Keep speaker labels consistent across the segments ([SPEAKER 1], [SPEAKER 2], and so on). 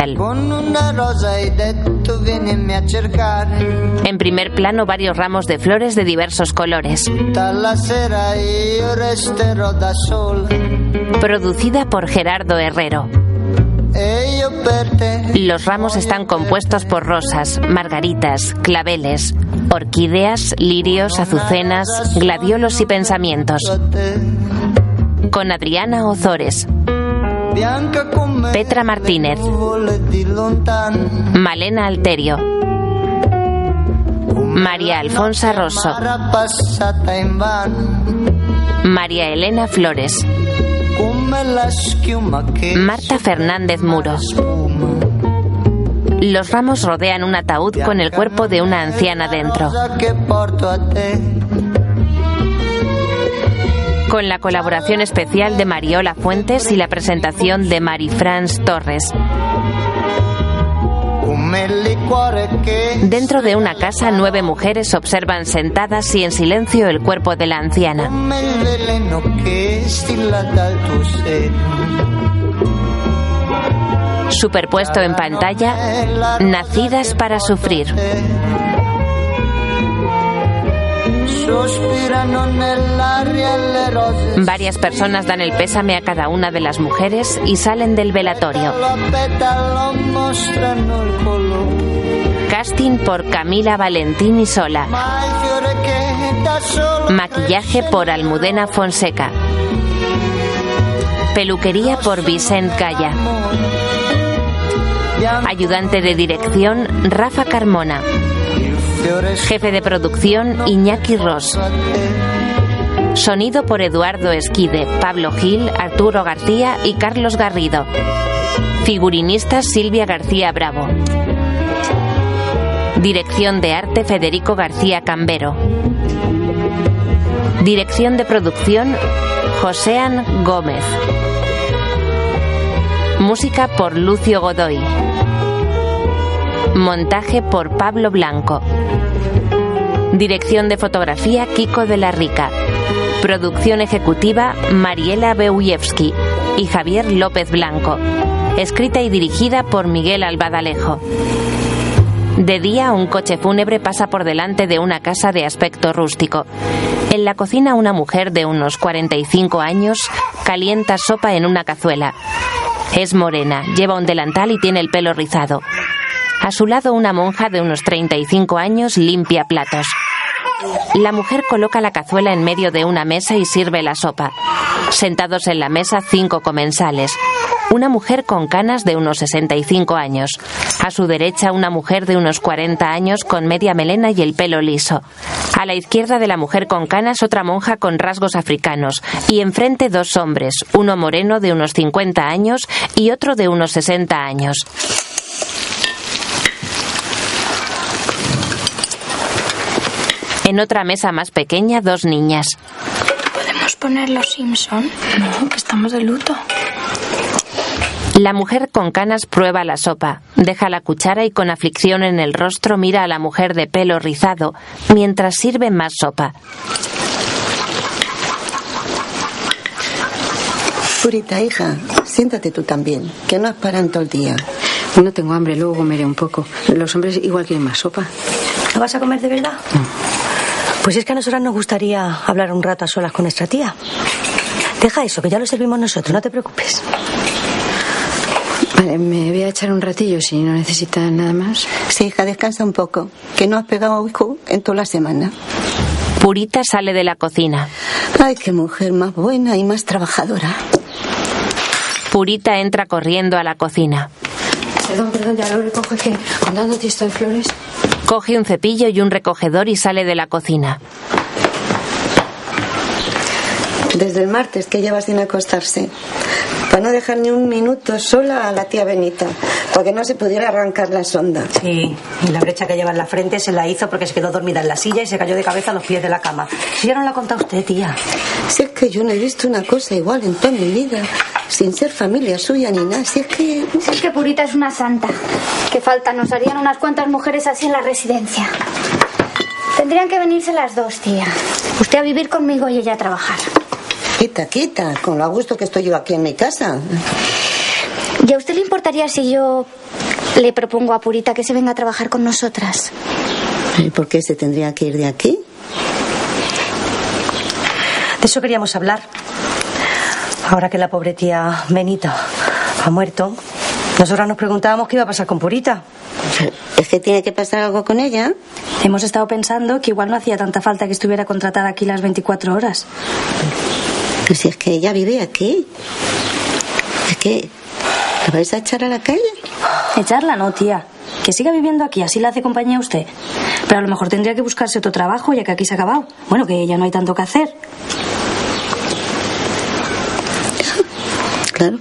[SPEAKER 1] social. En primer plano, varios ramos de flores de diversos colores. Producida por Gerardo Herrero. Los ramos están compuestos por rosas, margaritas, claveles, orquídeas, lirios, azucenas, gladiolos y pensamientos. Con Adriana Ozores, Petra Martínez, Malena Alterio, María Alfonsa Rosso, María Elena Flores, Marta Fernández Muro. Los ramos rodean un ataúd con el cuerpo de una anciana dentro. Con la colaboración especial de Mariola Fuentes y la presentación de Marifrans Torres. Dentro de una casa, 9 mujeres observan sentadas y en silencio el cuerpo de la anciana. Superpuesto en pantalla, Nacidas para sufrir. Varias personas dan el pésame a cada una de las mujeres y salen del velatorio. Casting por Camila Valentín y Sola. Maquillaje por Almudena Fonseca. Peluquería por Vicent Calla. Ayudante de dirección Rafa Carmona. Jefe de producción Iñaki Ross. Sonido por Eduardo Esquide, Pablo Gil, Arturo García y Carlos Garrido. Figurinista Silvia García Bravo. Dirección de arte Federico García Cambero. Dirección de producción Joséan Gómez. Música por Lucio Godoy. Montaje por Pablo Blanco. Dirección de fotografía Kiko de la Rica. Producción ejecutiva Mariela Beuyevsky y Javier López Blanco. Escrita y dirigida por Miguel Albadalejo. De día, un coche fúnebre pasa por delante de una casa de aspecto rústico. En la cocina, una mujer de unos 45 años calienta sopa en una cazuela. Es morena, lleva un delantal y tiene el pelo rizado. A su lado, una monja de unos 35 años limpia platos. La mujer coloca la cazuela en medio de una mesa y sirve la sopa. Sentados en la mesa, 5 comensales. Una mujer con canas de unos 65 años. A su derecha, una mujer de unos 40 años con media melena y el pelo liso. A la izquierda de la mujer con canas, otra monja con rasgos africanos. Y enfrente, 2 hombres, uno moreno de unos 50 años y otro de unos 60 años. En otra mesa más pequeña, 2 niñas.
[SPEAKER 2] ¿Podemos poner Los Simpson? No, que estamos de luto.
[SPEAKER 1] La mujer con canas prueba la sopa, deja la cuchara y con aflicción en el rostro mira a la mujer de pelo rizado mientras sirve más sopa.
[SPEAKER 3] Purita, hija, siéntate tú también, que no paran todo el día.
[SPEAKER 4] No tengo hambre, luego comeré un poco. Los hombres igual quieren más sopa.
[SPEAKER 5] ¿No vas a comer de verdad? Pues es que a nosotras nos gustaría hablar un rato a solas con nuestra tía. Deja eso, que ya lo servimos nosotros, no te preocupes.
[SPEAKER 4] Vale, me voy a echar un ratillo si no necesitas nada más.
[SPEAKER 3] Sí, hija, descansa un poco, que no has pegado hijo en toda la semana.
[SPEAKER 1] Purita sale de la cocina.
[SPEAKER 3] Ay, qué mujer más buena y más trabajadora.
[SPEAKER 1] Purita entra corriendo a la cocina.
[SPEAKER 4] Perdón, ya lo recojo, es que andando esto de flores.
[SPEAKER 1] Coge un cepillo y un recogedor y sale de la cocina.
[SPEAKER 3] Desde el martes que lleva sin acostarse, para no dejar ni un minuto sola a la tía Benita, para que no se pudiera arrancar la sonda.
[SPEAKER 5] Sí, y la brecha que lleva en la frente se la hizo porque se quedó dormida en la silla y se cayó de cabeza a los pies de la cama. Si ya no la ha contado usted, tía.
[SPEAKER 3] Si es que yo no he visto una cosa igual en toda mi vida, sin ser familia suya ni nada. Si es que
[SPEAKER 2] Purita es una santa. Que falta, nos harían unas cuantas mujeres así en la residencia. Tendrían que venirse las 2, tía. Usted a vivir conmigo y ella a trabajar.
[SPEAKER 3] Quita, con lo a gusto que estoy yo aquí en mi casa.
[SPEAKER 2] ¿Y a usted le importaría si yo Le propongo a Purita que se venga a trabajar con nosotras.
[SPEAKER 3] ¿Y por qué se tendría que ir de aquí?
[SPEAKER 5] De eso queríamos hablar. Ahora que la pobre tía Benita ha muerto, nosotras nos preguntábamos qué iba a pasar con Purita.
[SPEAKER 3] ¿Es que tiene que pasar algo con ella?
[SPEAKER 6] Hemos estado pensando que igual no hacía tanta falta que estuviera contratada aquí las 24 horas.
[SPEAKER 3] Pero si es que ella vive aquí. ¿Es que la vais a echar a la calle?
[SPEAKER 6] Echarla no, tía. Que siga viviendo aquí, así le hace compañía a usted. Pero a lo mejor tendría que buscarse otro trabajo, ya que aquí se ha acabado. Bueno, que ya no hay tanto que hacer.
[SPEAKER 3] Claro.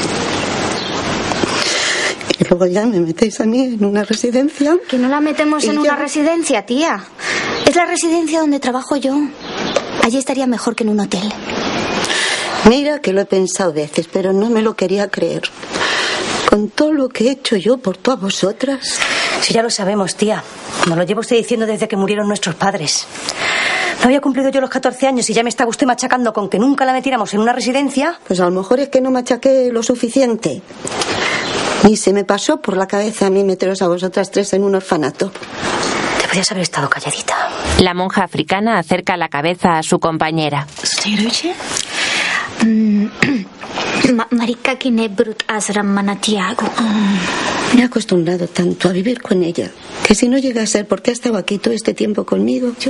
[SPEAKER 3] Y luego ya me metéis a mí en una residencia.
[SPEAKER 2] Que no la metemos en una residencia, tía. Es la residencia donde trabajo yo. Allí estaría mejor que en un hotel.
[SPEAKER 3] Mira que lo he pensado veces, pero no me lo quería creer. Con todo lo que he hecho yo por todas vosotras.
[SPEAKER 5] Sí, ya lo sabemos, tía. Nos lo llevo usted diciendo desde que murieron nuestros padres. No había cumplido yo los 14 años y ya me estaba usted machacando con que nunca la metiéramos en una residencia.
[SPEAKER 3] Pues a lo mejor es que no machaqué lo suficiente. Ni se me pasó por la cabeza a mí meteros a vosotras tres en un orfanato.
[SPEAKER 5] Te podías haber estado calladita.
[SPEAKER 1] La monja africana acerca la cabeza a su compañera.
[SPEAKER 2] Marika Kinebrut Asram Manatiago.
[SPEAKER 3] Me he acostumbrado tanto a vivir con ella que si no llega a ser porque ha estado aquí todo este tiempo conmigo, yo...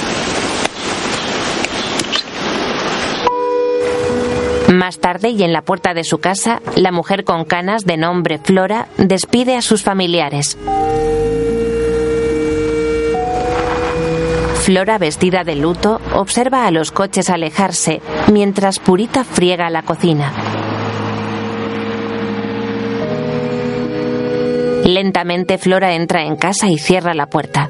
[SPEAKER 1] Más tarde y en la puerta de su casa, la mujer con canas de nombre Flora despide a sus familiares. Flora, vestida de luto, observa a los coches alejarse mientras Purita friega la cocina. Lentamente Flora entra en casa y cierra la puerta.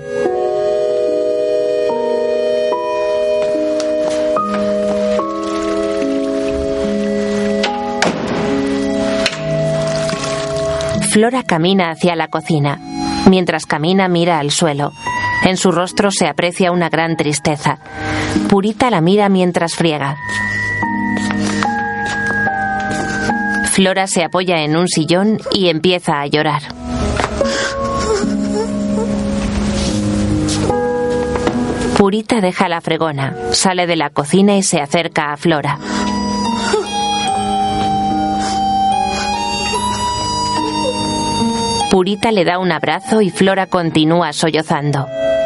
[SPEAKER 1] Flora camina hacia la cocina. Mientras camina mira al suelo. En su rostro se aprecia una gran tristeza. Purita la mira mientras friega. Flora se apoya en un sillón y empieza a llorar. Purita deja la fregona, sale de la cocina y se acerca a Flora. Purita le da un abrazo y Flora continúa sollozando.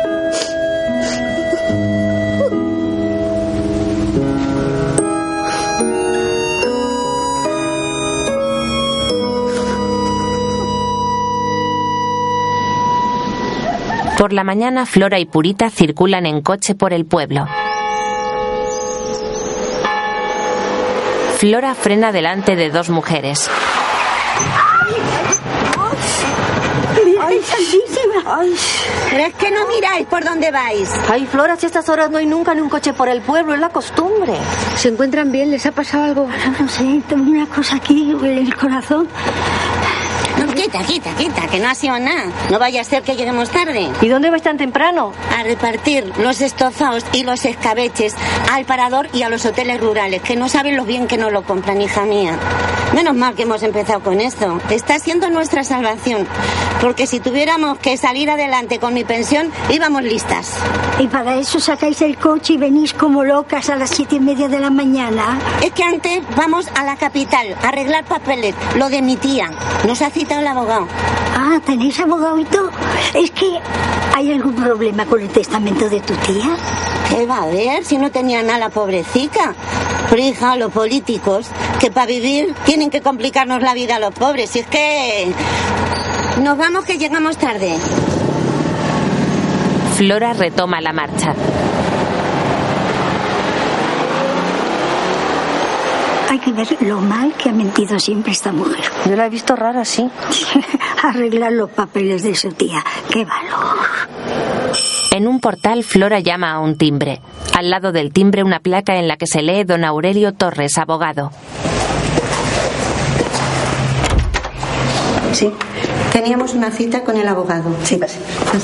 [SPEAKER 1] Por la mañana, Flora y Purita circulan en coche por el pueblo. Flora frena delante de dos mujeres.
[SPEAKER 7] ¡Ay, santísima! ¡Ay! ¿Pero es que no miráis por dónde vais?
[SPEAKER 5] Ay, Flora, si a estas horas no hay nunca ni un coche por el pueblo, es la costumbre.
[SPEAKER 3] ¿Se encuentran bien? ¿Les ha pasado algo?
[SPEAKER 7] No sé, tengo una cosa aquí en el corazón.
[SPEAKER 8] No, quita, que no ha sido nada. No vaya a ser que lleguemos tarde.
[SPEAKER 5] ¿Y dónde vais tan temprano?
[SPEAKER 8] A repartir los estofados y los escabeches al parador y a los hoteles rurales, que no saben lo bien que nos lo compran, hija mía. Menos mal que hemos empezado con esto. Está siendo nuestra salvación. Porque si tuviéramos que salir adelante con mi pensión, íbamos listas.
[SPEAKER 7] ¿Y para eso sacáis el coche y venís como locas a las 7:30 de la mañana?
[SPEAKER 8] Es que antes vamos a la capital a arreglar papeles, lo de mi tía. Nos ha citado el abogado.
[SPEAKER 7] Ah, ¿tenéis abogado y todo? Es que ¿hay algún problema con el testamento de tu tía?
[SPEAKER 8] ¿Qué va a haber si no tenía nada la pobrecita? Pero hija, los políticos, que para vivir tienen que complicarnos la vida a los pobres. Si es que... Nos vamos, que llegamos tarde.
[SPEAKER 1] Flora retoma la marcha.
[SPEAKER 7] Hay que ver lo mal que ha mentido siempre esta mujer.
[SPEAKER 5] Yo la he visto rara, sí.
[SPEAKER 7] Arreglar los papeles de su tía. ¡Qué valor!
[SPEAKER 1] En un portal, Flora llama a un timbre. Al lado del timbre, una placa en la que se lee Don Aurelio Torres, abogado.
[SPEAKER 3] Sí, teníamos una cita con el abogado. Sí, pase.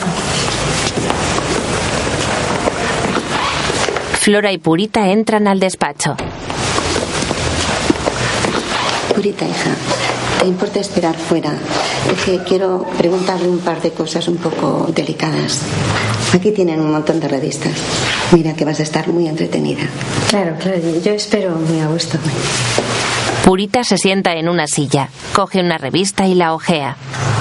[SPEAKER 1] Flora y Purita entran al despacho.
[SPEAKER 3] Purita, hija, ¿te importa esperar fuera? Es que quiero preguntarle un par de cosas un poco delicadas. Aquí tienen un montón de revistas. Mira que vas a estar muy entretenida.
[SPEAKER 4] Claro, yo espero muy a gusto.
[SPEAKER 1] Purita se sienta en una silla, coge una revista y la hojea.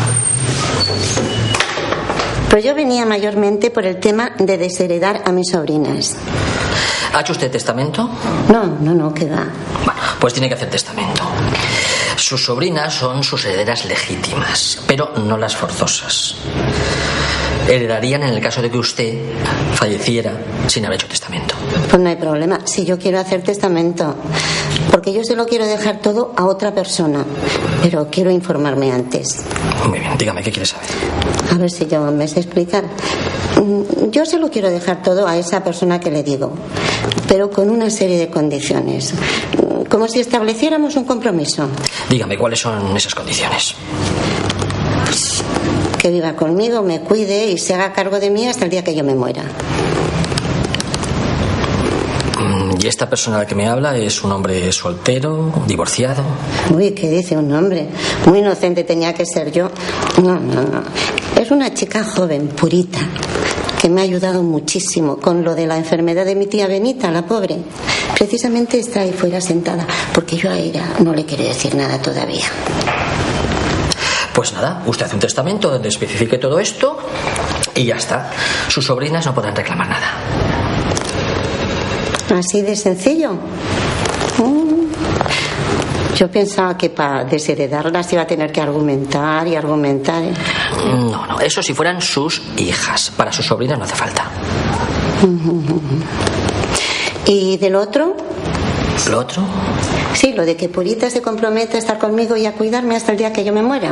[SPEAKER 8] Pues yo venía mayormente por el tema de desheredar a mis sobrinas.
[SPEAKER 9] ¿Ha hecho usted testamento?
[SPEAKER 8] No, ¿qué va?
[SPEAKER 9] Bueno, pues tiene que hacer testamento. Sus sobrinas son sus herederas legítimas, pero no las forzosas. Heredarían en el caso de que usted falleciera sin haber hecho testamento.
[SPEAKER 8] Pues no hay problema, si yo quiero hacer testamento, porque yo se lo quiero dejar todo a otra persona, pero quiero informarme antes.
[SPEAKER 9] Muy bien, dígame, ¿qué quiere saber?
[SPEAKER 8] A ver si yo me sé explicar. Yo se lo quiero dejar todo a esa persona que le digo, pero con una serie de condiciones, como si estableciéramos un compromiso.
[SPEAKER 9] Dígame, ¿cuáles son esas condiciones?
[SPEAKER 8] Que viva conmigo, me cuide y se haga cargo de mí hasta el día que yo me muera.
[SPEAKER 9] ¿Y esta persona de la que me habla es un hombre soltero, divorciado?
[SPEAKER 8] Uy, ¿qué dice un hombre? Muy inocente tenía que ser yo. No. Es una chica joven, purita, que me ha ayudado muchísimo con lo de la enfermedad de mi tía Benita, la pobre. Precisamente está ahí fuera sentada, porque yo a ella no le quiero decir nada todavía.
[SPEAKER 9] Pues nada, usted hace un testamento donde especifique todo esto y ya está. Sus sobrinas no podrán reclamar nada.
[SPEAKER 8] ¿Así de sencillo? Yo pensaba que para desheredarlas iba a tener que argumentar.
[SPEAKER 9] No, eso si fueran sus hijas. Para sus sobrinas no hace falta.
[SPEAKER 8] ¿Y del otro?
[SPEAKER 9] ¿Lo otro?
[SPEAKER 8] Sí, lo de que Purita se comprometa a estar conmigo y a cuidarme hasta el día que yo me muera.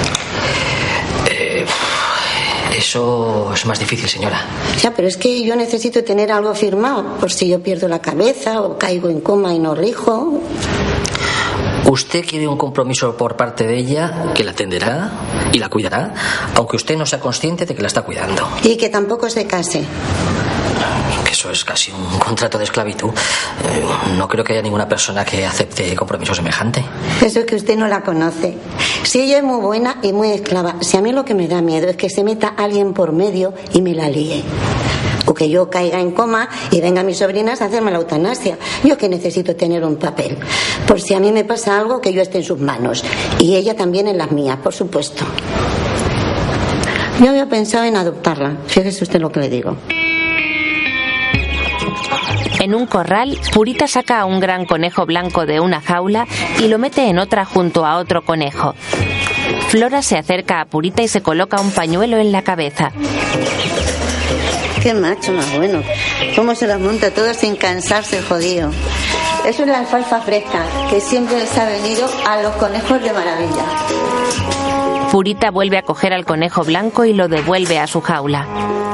[SPEAKER 9] Eso es más difícil, señora.
[SPEAKER 8] Ya, pero es que yo necesito tener algo firmado, por si yo pierdo la cabeza o caigo en coma y no rijo.
[SPEAKER 9] Usted quiere un compromiso por parte de ella que la atenderá y la cuidará, aunque usted no sea consciente de que la está cuidando.
[SPEAKER 8] Y que tampoco se case.
[SPEAKER 9] Que eso es casi un contrato de esclavitud. No creo que haya ninguna persona que acepte compromiso semejante.
[SPEAKER 8] Eso es que usted no la conoce. Si ella es muy buena y muy esclava, si a mí lo que me da miedo es que se meta alguien por medio y me la líe. O que yo caiga en coma y vengan mis sobrinas a hacerme la eutanasia. Yo que necesito tener un papel, por si a mí me pasa algo, que yo esté en sus manos. Y ella también en las mías, por supuesto. Yo había pensado en adoptarla. Fíjese usted lo que le digo.
[SPEAKER 1] En un corral, Purita saca a un gran conejo blanco de una jaula y lo mete en otra junto a otro conejo. Flora se acerca a Purita y se coloca un pañuelo en la cabeza.
[SPEAKER 8] Qué macho más bueno. Cómo se las monta todas sin cansarse el jodido. Eso es la alfalfa fresca, que siempre les ha venido a los conejos de maravilla.
[SPEAKER 1] Purita vuelve a coger al conejo blanco y lo devuelve a su jaula.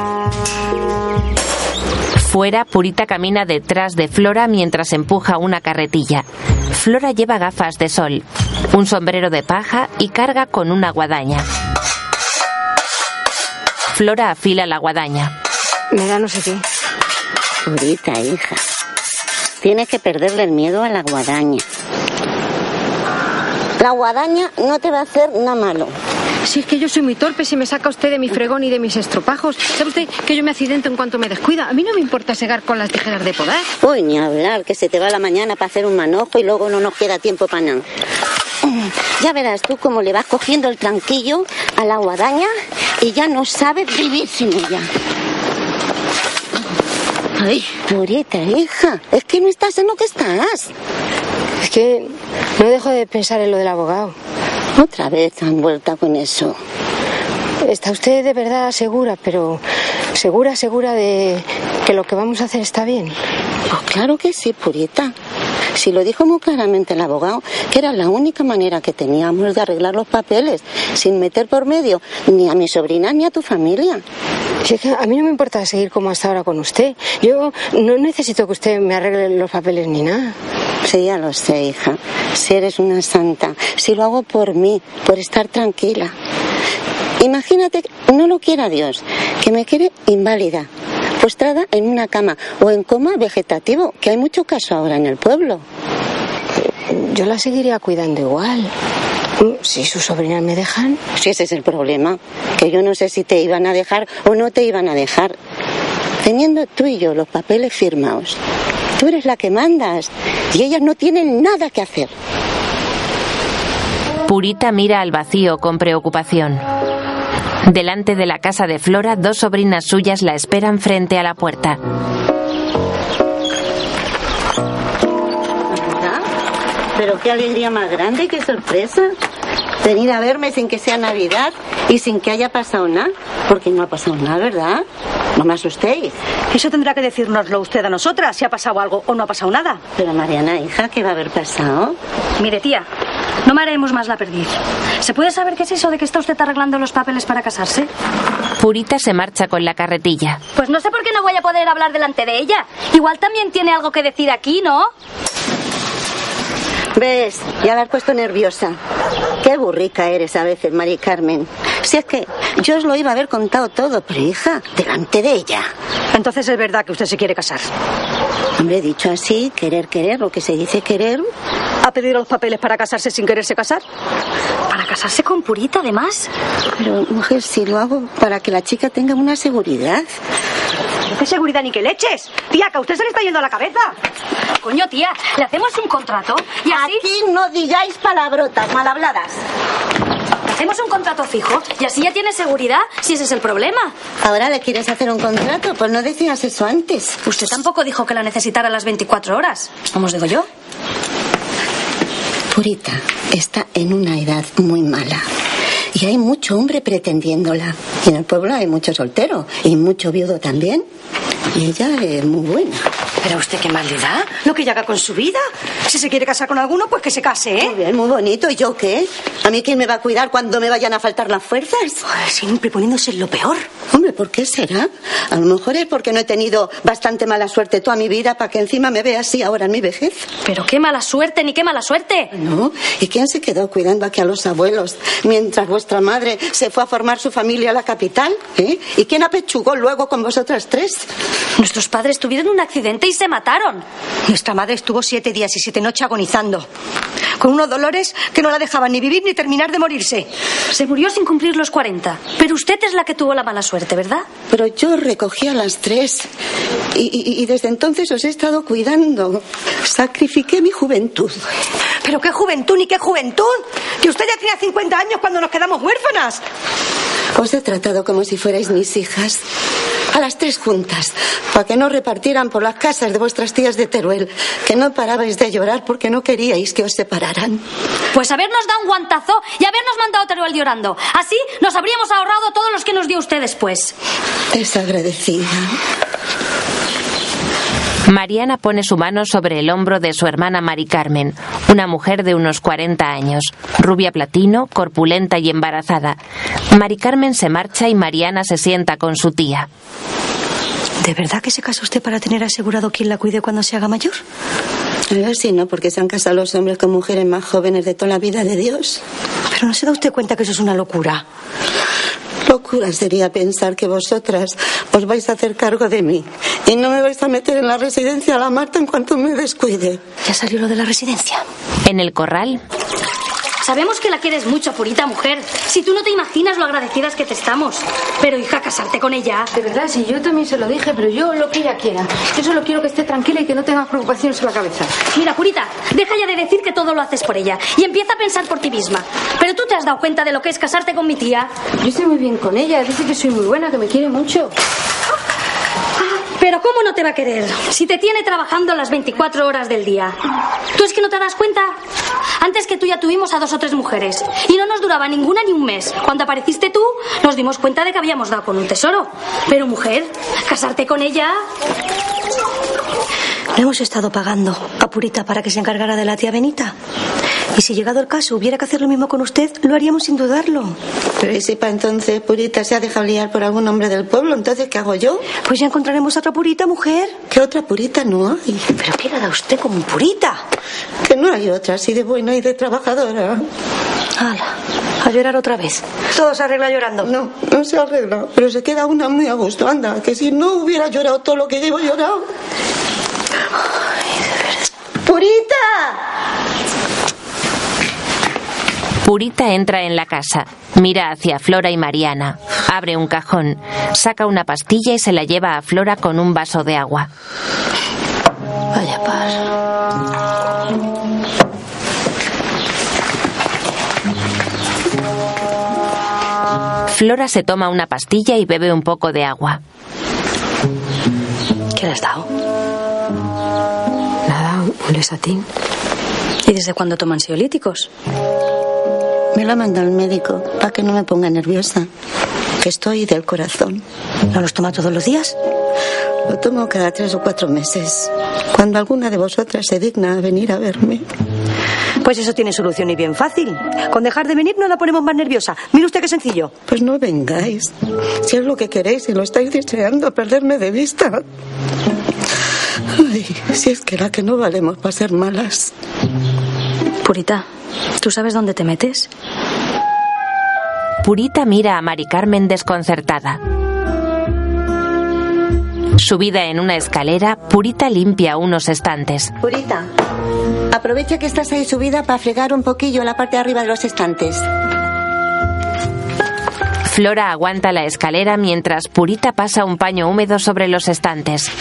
[SPEAKER 1] Fuera, Purita camina detrás de Flora mientras empuja una carretilla. Flora lleva gafas de sol, un sombrero de paja y carga con una guadaña. Flora afila la guadaña.
[SPEAKER 4] Me da no sé qué.
[SPEAKER 8] Purita, hija. Tienes que perderle el miedo a la guadaña. La guadaña no te va a hacer nada malo.
[SPEAKER 4] Si es que yo soy muy torpe, si me saca usted de mi fregón y de mis estropajos. ¿Sabe usted que yo me accidento en cuanto me descuida? A mí no me importa segar con las tijeras de podar.
[SPEAKER 8] Uy, ni hablar, que se te va la mañana para hacer un manojo y luego no nos queda tiempo para nada. Ya verás tú cómo le vas cogiendo el tranquillo a la guadaña y ya no sabes vivir sin ella. Ay, Purita, hija, es que no estás en lo que estás.
[SPEAKER 4] Es que no dejo de pensar en lo del abogado.
[SPEAKER 8] Otra vez han vuelto con eso.
[SPEAKER 4] ¿Está usted de verdad segura, pero segura de que lo que vamos a hacer está bien?
[SPEAKER 8] Pues claro que sí, Purita. Si lo dijo muy claramente el abogado, que era la única manera que teníamos de arreglar los papeles, sin meter por medio ni a mi sobrina ni a tu familia.
[SPEAKER 4] Sí, es que a mí no me importa seguir como hasta ahora con usted. Yo no necesito que usted me arregle los papeles ni nada.
[SPEAKER 8] Sí, ya lo sé, hija. Si eres una santa, si lo hago por mí, por estar tranquila. Imagínate, no lo quiera Dios, que me quiere inválida, postrada en una cama o en coma vegetativo, que hay mucho caso ahora en el pueblo.
[SPEAKER 4] Yo la seguiría cuidando igual. Si sus sobrinas me dejan.
[SPEAKER 8] Si ese es el problema, que yo no sé si te iban a dejar o no te iban a dejar. Teniendo tú y yo los papeles firmados, tú eres la que mandas y ellas no tienen nada que hacer.
[SPEAKER 1] Purita mira al vacío con preocupación. Delante de la casa de Flora, 2 sobrinas suyas la esperan frente a la puerta.
[SPEAKER 8] ¿Verdad? Pero qué alegría más grande y qué sorpresa. Venir a verme sin que sea Navidad y sin que haya pasado nada. Porque no ha pasado nada, ¿verdad? No me asustéis.
[SPEAKER 5] Eso tendrá que decírnoslo usted a nosotras, si ha pasado algo o no ha pasado nada.
[SPEAKER 8] Pero Mariana, hija, ¿qué va a haber pasado?
[SPEAKER 6] Mire, tía, no me haremos más la perdiz. ¿Se puede saber qué es eso de que está usted arreglando los papeles para casarse?
[SPEAKER 1] Purita se marcha con la carretilla.
[SPEAKER 6] Pues no sé por qué no voy a poder hablar delante de ella. Igual también tiene algo que decir aquí, ¿no?
[SPEAKER 8] ¿Ves? Ya la has puesto nerviosa. Qué burrica eres a veces, Mari Carmen. Si es que yo os lo iba a haber contado todo, pero hija, delante de ella.
[SPEAKER 5] Entonces es verdad que usted se quiere casar.
[SPEAKER 8] Hombre, dicho así, querer, lo que se dice querer.
[SPEAKER 5] ¿Ha pedido los papeles para casarse sin quererse casar?
[SPEAKER 6] ¿Para casarse con Purita, además?
[SPEAKER 8] Pero, mujer, si lo hago para que la chica tenga una seguridad.
[SPEAKER 5] ¿No qué seguridad ni que leches? Tía, que a usted se le está yendo la cabeza.
[SPEAKER 6] Coño, tía, le hacemos un contrato y así...
[SPEAKER 8] Aquí no digáis palabrotas mal habladas.
[SPEAKER 6] Hacemos un contrato fijo y así ya tiene seguridad, si ese es el problema.
[SPEAKER 8] ¿Ahora le quieres hacer un contrato? Pues no decías eso antes.
[SPEAKER 6] Usted tampoco dijo que la necesitara a las 24 horas. ¿Cómo os digo yo?
[SPEAKER 8] Purita está en una edad muy mala. Y hay mucho hombre pretendiéndola. Y en el pueblo hay mucho soltero y mucho viudo también. Y ella es muy buena.
[SPEAKER 5] ¿Pero usted qué mal le da? Lo que ella haga con su vida. Si se quiere casar con alguno, pues que se case, ¿eh?
[SPEAKER 8] Muy bien, muy bonito. ¿Y yo qué? ¿A mí quién me va a cuidar cuando me vayan a faltar las fuerzas?
[SPEAKER 5] Ay, siempre poniéndose en lo peor.
[SPEAKER 8] Hombre, ¿por qué será? A lo mejor es porque no he tenido bastante mala suerte toda mi vida para que encima me vea así ahora en mi vejez.
[SPEAKER 6] Pero qué mala suerte, ni qué mala suerte.
[SPEAKER 8] ¿No? ¿Y quién se quedó cuidando aquí a los abuelos mientras vuestra madre se fue a formar su familia a la capital? ¿Eh? ¿Y quién apechugó luego con vosotras 3?
[SPEAKER 6] Nuestros padres tuvieron un accidente y se mataron.
[SPEAKER 5] Nuestra madre estuvo 7 días y 7 noches agonizando, con unos dolores que no la dejaban ni vivir ni terminar de morirse.
[SPEAKER 6] Se murió sin cumplir los 40. Pero usted es la que tuvo la mala suerte, ¿verdad?
[SPEAKER 8] Pero yo recogí a las 3 y desde entonces os he estado cuidando. Sacrifiqué mi juventud.
[SPEAKER 5] ¿Pero qué juventud ni qué juventud? Que usted ya tenía 50 años cuando nos quedamos huérfanas.
[SPEAKER 8] Os he tratado como si fuerais mis hijas. A las 3 juntas, para que no repartieran por las casas de vuestras tías de Teruel, que no parabais de llorar porque no queríais que os separaran.
[SPEAKER 6] Pues habernos dado un guantazo y habernos mandado a Teruel llorando. Así nos habríamos ahorrado todos los que nos dio usted después.
[SPEAKER 8] Desagradecida.
[SPEAKER 1] Mariana pone su mano sobre el hombro de su hermana Mari Carmen, una mujer de unos 40 años, rubia platino, corpulenta y embarazada. Mari Carmen se marcha y Mariana se sienta con su tía.
[SPEAKER 5] ¿De verdad que se casa usted para tener asegurado quien la cuide cuando se haga mayor?
[SPEAKER 8] A ver si no, porque se han casado los hombres con mujeres más jóvenes de toda la vida de Dios.
[SPEAKER 5] Pero ¿no se da usted cuenta que eso es una locura?
[SPEAKER 8] Locura sería pensar que vosotras os vais a hacer cargo de mí y no me vais a meter en la residencia a la Marta en cuanto me descuide.
[SPEAKER 5] ¿Ya salió lo de la residencia?
[SPEAKER 1] En el corral.
[SPEAKER 6] Sabemos que la quieres mucho, Purita, mujer. Si tú no te imaginas lo agradecidas que te estamos. Pero, hija, casarte con ella...
[SPEAKER 4] De verdad, sí, yo también se lo dije, pero yo lo que ella quiera. Yo solo quiero que esté tranquila y que no tenga preocupaciones en la cabeza.
[SPEAKER 6] Mira, Purita, deja ya de decir que todo lo haces por ella y empieza a pensar por ti misma. Pero tú te has dado cuenta de lo que es casarte con mi tía.
[SPEAKER 4] Yo estoy muy bien con ella, dice que soy muy buena, que me quiere mucho.
[SPEAKER 6] Pero ¿cómo no te va a querer? Si te tiene trabajando las 24 horas del día. ¿Tú es que no te das cuenta? Antes que tú ya tuvimos a 2 o 3 mujeres. Y no nos duraba ninguna ni un mes. Cuando apareciste tú, nos dimos cuenta de que habíamos dado con un tesoro. Pero, mujer, casarte con ella...
[SPEAKER 5] Le hemos estado pagando a Purita para que se encargara de la tía Benita. Y si llegado el caso hubiera que hacer lo mismo con usted, lo haríamos sin dudarlo.
[SPEAKER 8] Pero ¿y si para entonces Purita se ha dejado liar por algún hombre del pueblo? ¿Entonces qué hago yo?
[SPEAKER 5] Pues ya encontraremos a otra Purita, mujer.
[SPEAKER 8] ¿Qué otra Purita no hay?
[SPEAKER 5] ¿Pero qué le da usted como Purita?
[SPEAKER 8] Que no hay otra así de buena y de trabajadora.
[SPEAKER 5] Hala, a llorar otra vez. Todo se arregla llorando.
[SPEAKER 8] No, no se arregla, pero se queda una muy a gusto. Anda, que si no hubiera llorado todo lo que llevo llorado.
[SPEAKER 5] Ay, de verdad.
[SPEAKER 8] ¡Purita!
[SPEAKER 1] Purita entra en la casa. Mira hacia Flora y Mariana. Abre un cajón. Saca una pastilla y se la lleva a Flora con un vaso de agua.
[SPEAKER 5] Vaya par.
[SPEAKER 1] Flora se toma una pastilla y bebe un poco de agua.
[SPEAKER 5] ¿Qué le has dado?
[SPEAKER 4] Nada, un Lesatín.
[SPEAKER 5] ¿Y desde cuándo toma ansiolíticos?
[SPEAKER 3] Me lo ha mandado el médico para que no me ponga nerviosa, que estoy del corazón.
[SPEAKER 5] ¿No los toma todos los días?
[SPEAKER 3] Lo tomo cada 3 o 4 meses, cuando alguna de vosotras se digna a venir a verme.
[SPEAKER 5] Pues eso tiene solución y bien fácil. Con dejar de venir no la ponemos más nerviosa. Mire usted qué sencillo.
[SPEAKER 3] Pues no vengáis. Si es lo que queréis y lo estáis deseando, perderme de vista. Ay, si es que la que no valemos para ser malas.
[SPEAKER 5] Purita, ¿tú sabes dónde te metes?
[SPEAKER 1] Purita mira a Mari Carmen desconcertada. Subida en una escalera, Purita limpia unos estantes.
[SPEAKER 8] Purita, aprovecha que estás ahí subida para fregar un poquillo la parte de arriba de los estantes.
[SPEAKER 1] Flora aguanta la escalera mientras Purita pasa un paño húmedo sobre los estantes.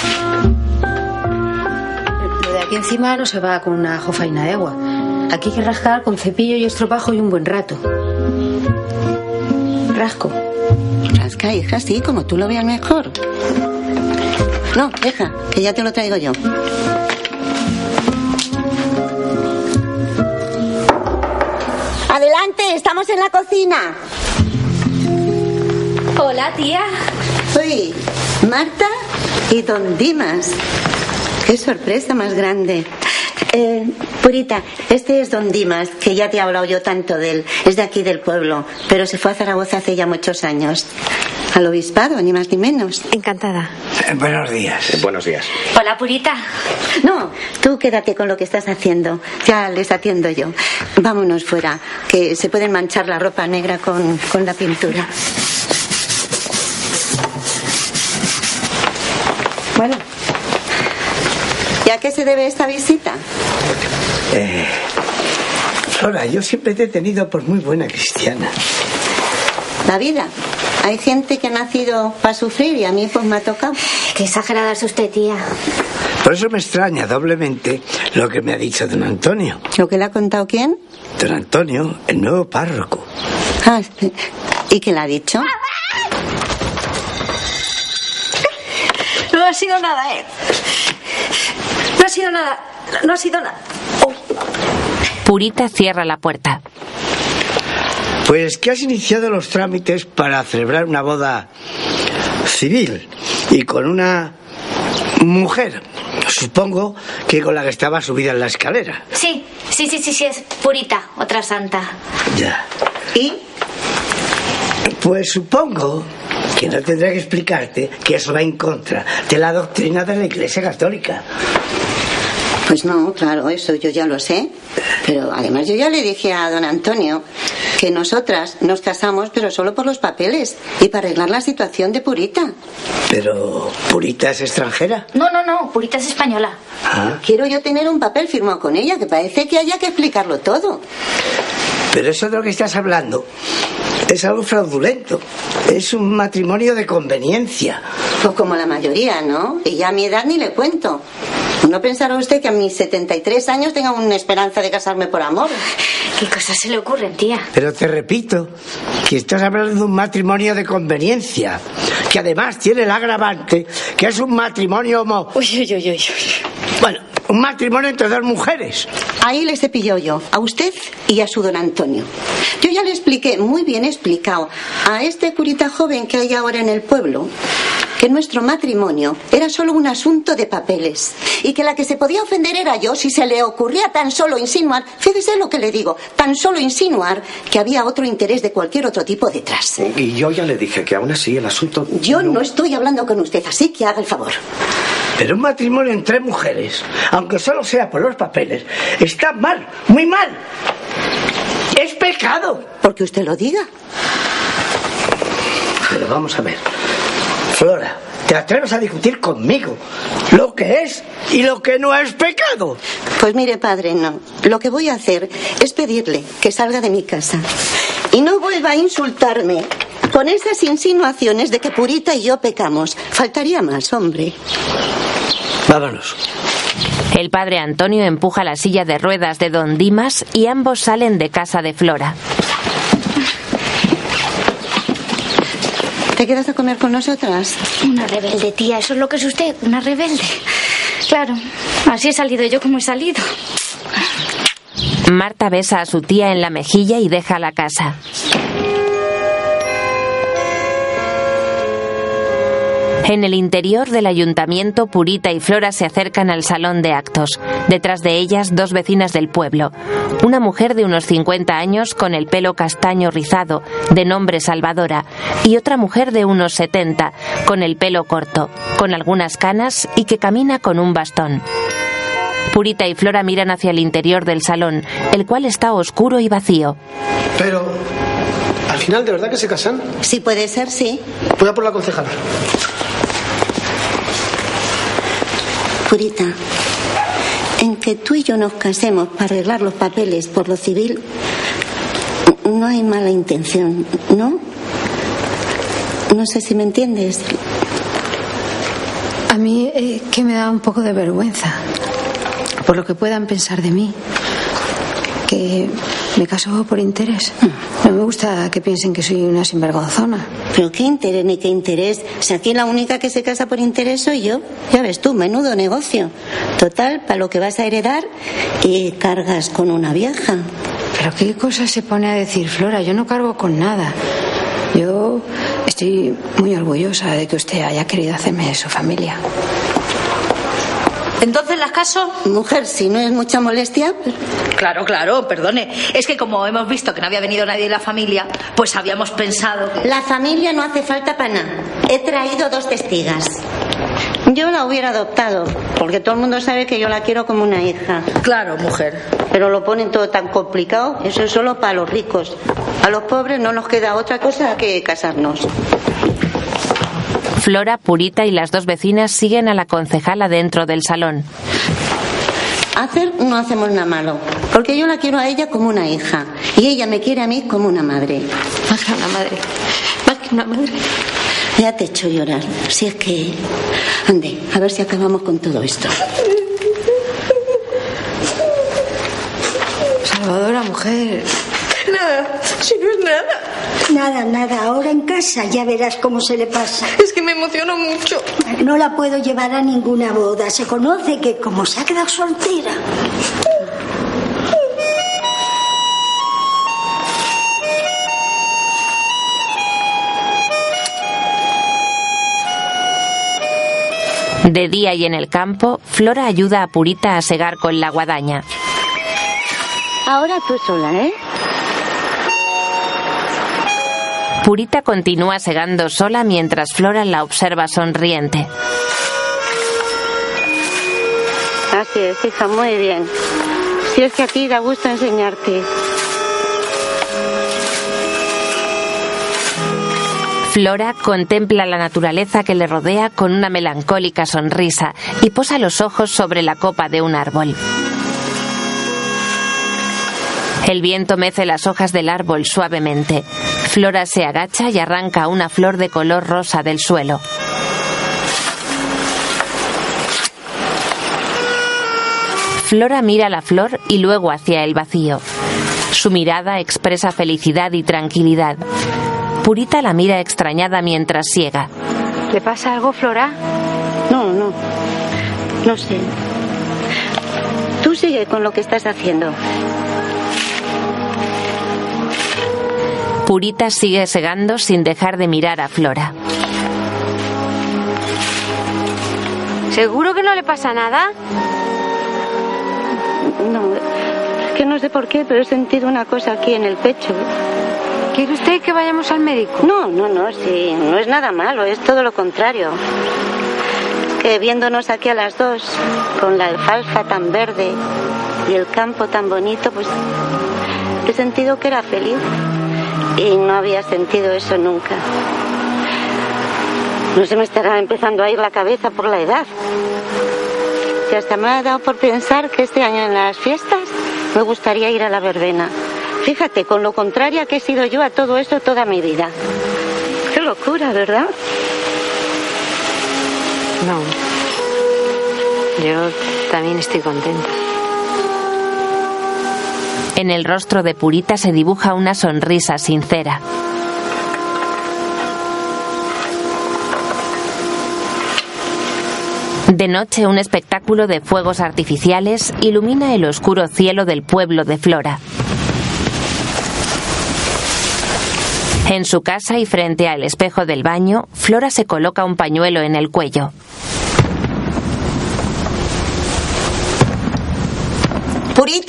[SPEAKER 4] Lo de aquí encima no se va con una jofaina de agua. Aquí hay que rascar con cepillo y estropajo y un buen rato. Rasco.
[SPEAKER 3] Rasca, hija, sí, como tú lo veas mejor. No, deja, que ya te lo traigo yo.
[SPEAKER 8] Adelante, estamos en la cocina.
[SPEAKER 6] Hola, tía.
[SPEAKER 3] Soy Marta y don Dimas. Qué sorpresa más grande. Purita, este es don Dimas, que ya te he hablado yo tanto de él. Es de aquí del pueblo, pero se fue a Zaragoza hace ya muchos años. Al obispado, ni más ni menos.
[SPEAKER 4] Encantada.
[SPEAKER 10] Buenos días.
[SPEAKER 11] Buenos días.
[SPEAKER 6] Hola, Purita.
[SPEAKER 3] No, tú quédate con lo que estás haciendo. Ya les atiendo yo. Vámonos fuera, que se pueden manchar la ropa negra con la pintura. Bueno, ¿y a qué se debe esta visita?
[SPEAKER 10] Flora, yo siempre te he tenido por muy buena cristiana.
[SPEAKER 3] La vida. Hay gente que ha nacido para sufrir y a mí pues me ha tocado.
[SPEAKER 2] Qué exagerada es usted, tía.
[SPEAKER 10] Por eso me extraña doblemente lo que me ha dicho don Antonio.
[SPEAKER 3] ¿Lo que le ha contado quién?
[SPEAKER 10] Don Antonio, el nuevo párroco.
[SPEAKER 3] Ah, ¿y qué le ha dicho?
[SPEAKER 5] No ha sido nada, No ha sido nada. No ha sido nada. Oh.
[SPEAKER 1] Purita cierra la puerta.
[SPEAKER 10] Pues que has iniciado los trámites para celebrar una boda civil y con una mujer. Supongo que con la que estaba subida en la escalera.
[SPEAKER 2] Sí, es Purita, otra santa.
[SPEAKER 10] Ya.
[SPEAKER 3] ¿Y?
[SPEAKER 10] Pues supongo que no tendré que explicarte que eso va en contra de la doctrina de la Iglesia Católica.
[SPEAKER 3] Pues no, claro, eso yo ya lo sé. Pero además yo ya le dije a don Antonio que nosotras nos casamos, pero solo por los papeles y para arreglar la situación de Purita.
[SPEAKER 10] Pero ¿Purita es extranjera?
[SPEAKER 2] No, Purita es española.
[SPEAKER 10] Ah.
[SPEAKER 3] Quiero yo tener un papel firmado con ella, que parece que haya que explicarlo todo.
[SPEAKER 10] Pero eso de lo que estás hablando es algo fraudulento. Es un matrimonio de conveniencia.
[SPEAKER 3] Pues como la mayoría, ¿no? Y ya a mi edad ni le cuento. ¿No pensará usted que a mis 73 años tenga una esperanza de casarme por amor?
[SPEAKER 2] ¿Qué cosas se le ocurren, tía?
[SPEAKER 10] Pero te repito que estás hablando de un matrimonio de conveniencia, que además tiene el agravante que es un matrimonio Bueno, un matrimonio entre dos mujeres.
[SPEAKER 3] Ahí les he pillado yo, a usted y a su don Antonio. Yo ya le expliqué, muy bien explicado, a este curita joven que hay ahora en el pueblo, que nuestro matrimonio era solo un asunto de papeles y que la que se podía ofender era yo si se le ocurría tan solo insinuar, fíjese lo que le digo, tan solo insinuar que había otro interés de cualquier otro tipo detrás.
[SPEAKER 11] Y yo ya le dije que aún así el asunto...
[SPEAKER 3] Yo no estoy hablando con usted, así que haga el favor.
[SPEAKER 10] Pero un matrimonio entre mujeres, aunque solo sea por los papeles, está mal, muy mal. Es pecado.
[SPEAKER 3] Porque usted lo diga.
[SPEAKER 10] Pero vamos a ver, Flora, te atreves a discutir conmigo lo que es y lo que no es pecado?
[SPEAKER 3] Pues mire, padre, no. Lo que voy a hacer es pedirle que salga de mi casa y no vuelva a insultarme con esas insinuaciones de que Purita y yo pecamos. Faltaría más, hombre.
[SPEAKER 10] Vámonos.
[SPEAKER 1] El padre Antonio empuja la silla de ruedas de don Dimas y ambos salen de casa de Flora.
[SPEAKER 3] ¿Te quedas a comer con nosotras?
[SPEAKER 2] Una rebelde, tía. Eso es lo que es usted, una rebelde. Claro, así he salido yo como he salido.
[SPEAKER 1] Marta besa a su tía en la mejilla y deja la casa. En el interior del ayuntamiento, Purita y Flora se acercan al salón de actos. Detrás de ellas, dos vecinas del pueblo. Una mujer de unos 50 años con el pelo castaño rizado, de nombre Salvadora, y otra mujer de unos 70, con el pelo corto, con algunas canas y que camina con un bastón. Purita y Flora miran hacia el interior del salón, el cual está oscuro y vacío.
[SPEAKER 12] Pero, ¿al final de verdad que se casan?
[SPEAKER 3] Sí, puede ser, sí.
[SPEAKER 12] Voy a por la concejala.
[SPEAKER 3] Purita, en que tú y yo nos casemos para arreglar los papeles por lo civil, no hay mala intención, ¿no? No sé si me entiendes.
[SPEAKER 4] A mí que me da un poco de vergüenza por lo que puedan pensar de mí, que me caso por interés. No me gusta que piensen que soy una sinvergonzona.
[SPEAKER 3] ¿Pero qué interés ni qué interés? Si aquí la única que se casa por interés soy yo. Ya ves tú, menudo negocio. Total, para lo que vas a heredar y cargas con una vieja.
[SPEAKER 4] ¿Pero qué cosa se pone a decir, Flora? Yo no cargo con nada. Yo estoy muy orgullosa de que usted haya querido hacerme de su familia.
[SPEAKER 13] ¿Entonces las caso?
[SPEAKER 3] Mujer, si no es mucha molestia.
[SPEAKER 13] Claro, perdone. Es que como hemos visto que no había venido nadie de la familia, pues habíamos pensado que...
[SPEAKER 3] La familia no hace falta para nada. He traído 2 testigas. Yo la hubiera adoptado, porque todo el mundo sabe que yo la quiero como una hija.
[SPEAKER 13] Claro, mujer.
[SPEAKER 3] Pero lo ponen todo tan complicado, eso es solo para los ricos. A los pobres no nos queda otra cosa que casarnos.
[SPEAKER 1] Flora, Purita y las dos vecinas siguen a la concejala dentro del salón.
[SPEAKER 3] Hacer no hacemos nada malo, porque yo la quiero a ella como una hija y ella me quiere a mí como una madre.
[SPEAKER 4] Más que una madre, más que una madre.
[SPEAKER 3] Ya te he hecho llorar, si es que... Ande, a ver si acabamos con todo esto.
[SPEAKER 4] Salvadora, mujer.
[SPEAKER 13] Nada, si no es nada.
[SPEAKER 7] Nada. Ahora en casa ya verás cómo se le pasa.
[SPEAKER 13] Es que me emociono mucho.
[SPEAKER 7] No la puedo llevar a ninguna boda. Se conoce que como se ha quedado soltera.
[SPEAKER 1] De día y en el campo, Flora ayuda a Purita a segar con la guadaña.
[SPEAKER 3] Ahora tú sola, ¿eh?
[SPEAKER 1] Purita continúa segando sola mientras Flora la observa sonriente.
[SPEAKER 3] Así es, hija, muy bien. Si es que a ti da gusto enseñarte.
[SPEAKER 1] Flora contempla la naturaleza que le rodea con una melancólica sonrisa y posa los ojos sobre la copa de un árbol. El viento mece las hojas del árbol suavemente. Flora se agacha y arranca una flor de color rosa del suelo. Flora mira la flor y luego hacia el vacío. Su mirada expresa felicidad y tranquilidad. Purita la mira extrañada mientras siega.
[SPEAKER 4] ¿Le pasa algo, Flora?
[SPEAKER 3] No sé. Tú sigue con lo que estás haciendo.
[SPEAKER 1] Purita sigue segando sin dejar de mirar a Flora.
[SPEAKER 4] ¿Seguro que no le pasa nada?
[SPEAKER 3] No, es que no sé por qué, pero he sentido una cosa aquí en el pecho.
[SPEAKER 4] ¿Quiere usted que vayamos al médico?
[SPEAKER 3] No, sí, no es nada malo, es todo lo contrario. Es que viéndonos aquí a las dos, con la alfalfa tan verde y el campo tan bonito, pues he sentido que era feliz. Y no había sentido eso nunca.
[SPEAKER 8] No se me estará empezando a ir la cabeza por la edad. Que hasta me ha dado por pensar que este año en las fiestas me gustaría ir a la verbena. Fíjate, con lo contraria que he sido yo a todo eso toda mi vida. Qué locura, ¿verdad?
[SPEAKER 4] No. Yo también estoy contenta.
[SPEAKER 1] En el rostro de Purita se dibuja una sonrisa sincera. De noche, un espectáculo de fuegos artificiales ilumina el oscuro cielo del pueblo de Flora. En su casa y frente al espejo del baño, Flora se coloca un pañuelo en el cuello.
[SPEAKER 8] ¡Purita!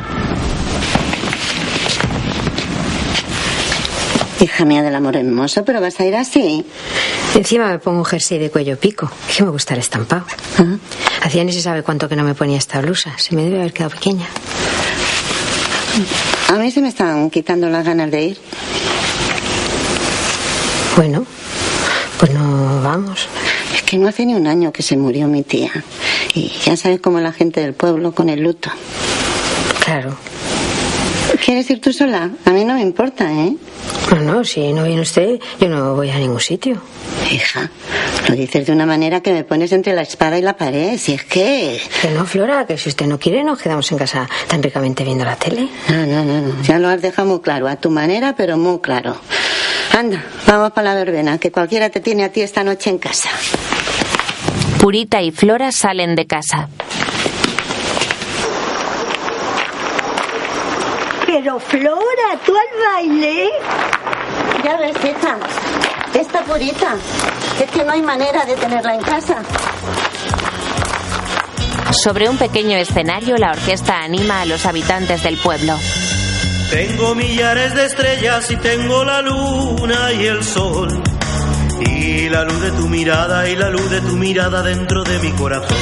[SPEAKER 8] Hija mía del amor hermoso, pero vas a ir así.
[SPEAKER 4] Encima me pongo un jersey de cuello pico, que me gusta el estampado. Hacía ni se sabe cuánto que no me ponía esta blusa. Se me debe haber quedado pequeña.
[SPEAKER 8] A mí se me están quitando las ganas de ir.
[SPEAKER 4] Bueno, pues no vamos.
[SPEAKER 8] Es que no hace ni un año que se murió mi tía. Y ya sabes cómo la gente del pueblo con el luto.
[SPEAKER 4] Claro.
[SPEAKER 8] ¿Quieres ir tú sola? A mí no me importa, ¿eh?
[SPEAKER 4] No, si no viene usted, yo no voy a ningún sitio.
[SPEAKER 8] Hija, lo dices de una manera que me pones entre la espada y la pared. Si es que...
[SPEAKER 4] Que no, Flora, que si usted no quiere nos quedamos en casa tan ricamente viendo la tele.
[SPEAKER 8] No. Ya lo has dejado muy claro. A tu manera, pero muy claro. Anda, vamos para la verbena, que cualquiera te tiene a ti esta noche en casa.
[SPEAKER 1] Purita y Flora salen de casa.
[SPEAKER 7] Pero Flora, ¿tú al baile?
[SPEAKER 8] Ya ves, hija, esta Purita, es que no hay manera de tenerla en casa.
[SPEAKER 1] Sobre un pequeño escenario, la orquesta anima a los habitantes del pueblo.
[SPEAKER 14] Tengo millares de estrellas y tengo la luna y el sol. Y la luz de tu mirada y la luz de tu mirada dentro de mi corazón.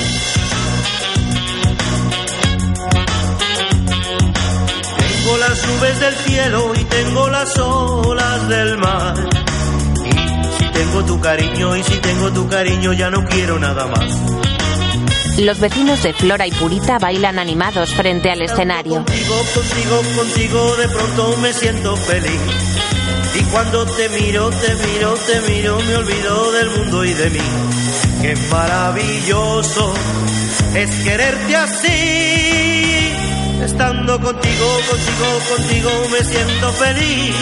[SPEAKER 14] Tengo las nubes del cielo y tengo las olas del mar. Y si tengo tu cariño ya no quiero nada más.
[SPEAKER 1] Los vecinos de Flora y Purita bailan animados frente al escenario.
[SPEAKER 14] Contigo de pronto me siento feliz. Y cuando te miro, me olvido del mundo y de mí. Qué maravilloso es quererte así. Estando contigo me siento feliz.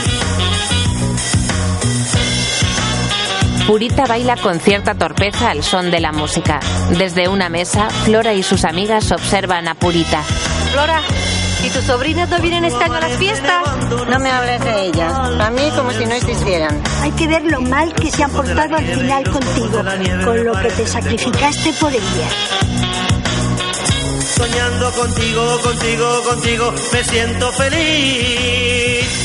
[SPEAKER 1] Purita baila con cierta torpeza al son de la música. Desde una mesa, Flora y sus amigas observan a Purita.
[SPEAKER 5] Flora, ¿y tus sobrinas no vienen este año a las fiestas?
[SPEAKER 8] No me hables de ellas. A mí como si no existieran.
[SPEAKER 7] Hay que ver lo mal que se han portado al final contigo, con lo que te sacrificaste por ellas.
[SPEAKER 14] Soñando contigo, me siento feliz.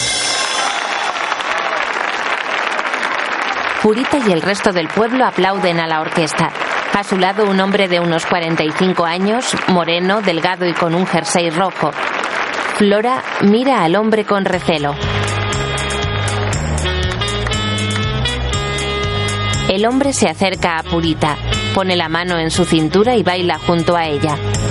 [SPEAKER 1] Purita y el resto del pueblo aplauden a la orquesta. A su lado un hombre de unos 45 años, moreno, delgado y con un jersey rojo. Flora mira al hombre con recelo. El hombre se acerca a Purita, pone la mano en su cintura y baila junto a ella.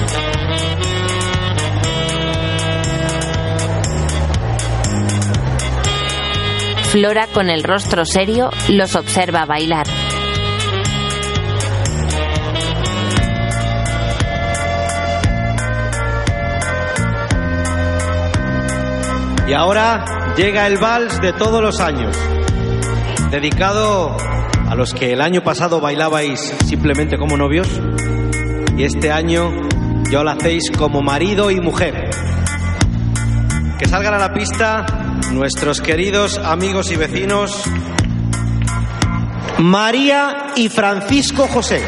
[SPEAKER 1] Flora, con el rostro serio, los observa bailar.
[SPEAKER 15] Y ahora llega el vals de todos los años, dedicado a los que el año pasado bailabais simplemente como novios y este año ya lo hacéis como marido y mujer. Que salgan a la pista nuestros queridos amigos y vecinos María y Francisco José,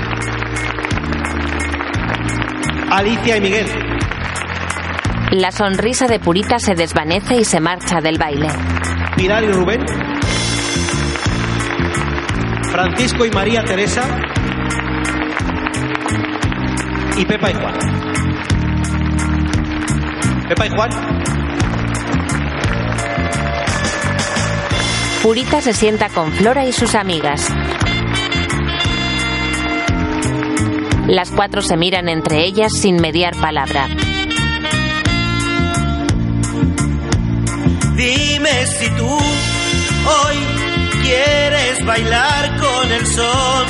[SPEAKER 15] Alicia y Miguel.
[SPEAKER 1] La sonrisa de Purita se desvanece y se marcha del baile.
[SPEAKER 15] Pilar y Rubén, Francisco y María Teresa y Pepa y Juan. Pepa y Juan.
[SPEAKER 1] Purita se sienta con Flora y sus amigas. Las cuatro se miran entre ellas sin mediar palabra.
[SPEAKER 14] Dime si tú hoy quieres bailar con el son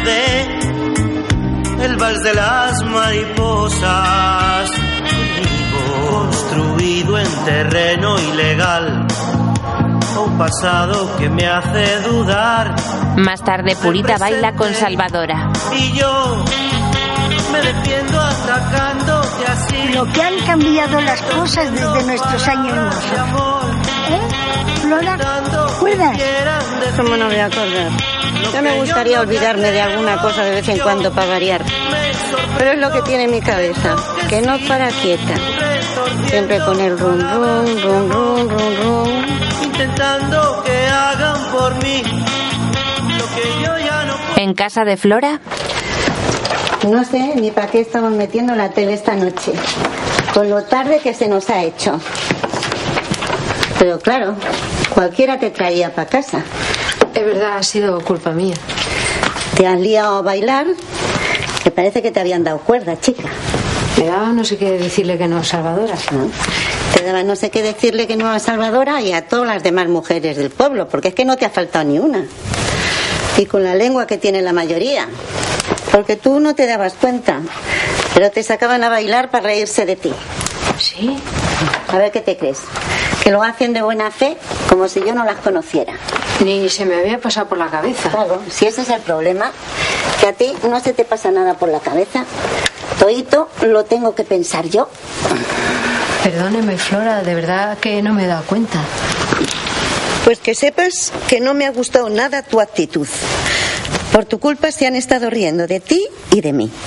[SPEAKER 14] de el vals de las mariposas, conmigo, construido en terreno ilegal, un pasado que me hace dudar.
[SPEAKER 1] Más tarde Purita baila con Salvadora.
[SPEAKER 14] Y yo me defiendo atacándote así.
[SPEAKER 7] Lo que han cambiado las cosas desde nuestros años mozos. Flora, ¿recuerdas?
[SPEAKER 8] ¿Cómo no voy a acordar? Ya me gustaría olvidarme de alguna cosa de vez en cuando para variar. Pero es lo que tiene mi cabeza, que no para quieta. Siempre con el rum rum, rum rum, rum rum.
[SPEAKER 14] Intentando que hagan por mí lo que yo ya no puedo.
[SPEAKER 1] En casa de Flora.
[SPEAKER 8] No sé ni para qué estamos metiendo la tele esta noche, con lo tarde que se nos ha hecho. Pero claro, cualquiera te traía para casa.
[SPEAKER 4] Es verdad, ha sido culpa mía.
[SPEAKER 8] Te has liado a bailar, que parece que te habían dado cuerda, chica.
[SPEAKER 4] Me daba no sé qué decirle que no a Salvadora.
[SPEAKER 8] ¿No? Te daba no sé qué decirle que no a Salvadora y a todas las demás mujeres del pueblo, porque es que no te ha faltado ni una. Y con la lengua que tiene la mayoría. Porque tú no te dabas cuenta, pero te sacaban a bailar para reírse de ti.
[SPEAKER 4] ¿Sí?
[SPEAKER 8] A ver qué te crees. Que lo hacen de buena fe, como si yo no las conociera.
[SPEAKER 4] Ni se me había pasado por la cabeza.
[SPEAKER 8] Claro, si ese es el problema, que a ti no se te pasa nada por la cabeza. Todito lo tengo que pensar yo.
[SPEAKER 4] Perdóneme, Flora, de verdad que no me he dado cuenta.
[SPEAKER 8] Pues que sepas que no me ha gustado nada tu actitud. Por tu culpa se han estado riendo de ti y de mí.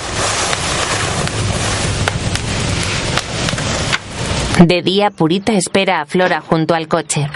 [SPEAKER 1] De día, Purita espera a Flora junto al coche.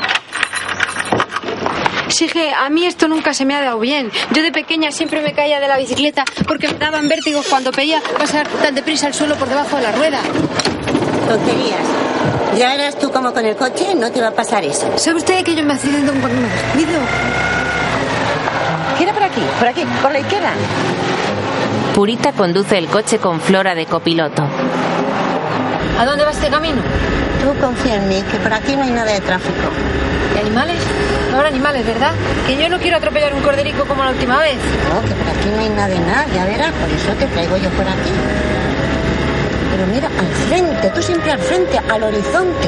[SPEAKER 16] Sige, a mí esto nunca se me ha dado bien. Yo de pequeña siempre me caía de la bicicleta porque me daban vértigos cuando veía pasar tan deprisa el suelo por debajo de la rueda.
[SPEAKER 8] Tonterías. Ya eras tú como con el coche, no te va a pasar eso.
[SPEAKER 16] ¿Sabe usted que yo me accidento cuando me despido?
[SPEAKER 8] ¿Quiere por aquí, por la izquierda?
[SPEAKER 1] Purita conduce el coche con Flora de copiloto.
[SPEAKER 16] ¿A dónde va este camino?
[SPEAKER 8] Tú confía en mí, que por aquí no hay nada de tráfico.
[SPEAKER 16] ¿Y animales? No habrá animales, ¿verdad? Que yo no quiero atropellar un corderico como la última vez.
[SPEAKER 8] No, que por aquí no hay nada de nada, ya verás, por eso te traigo yo por aquí. Pero mira, al frente, tú siempre al frente, al horizonte.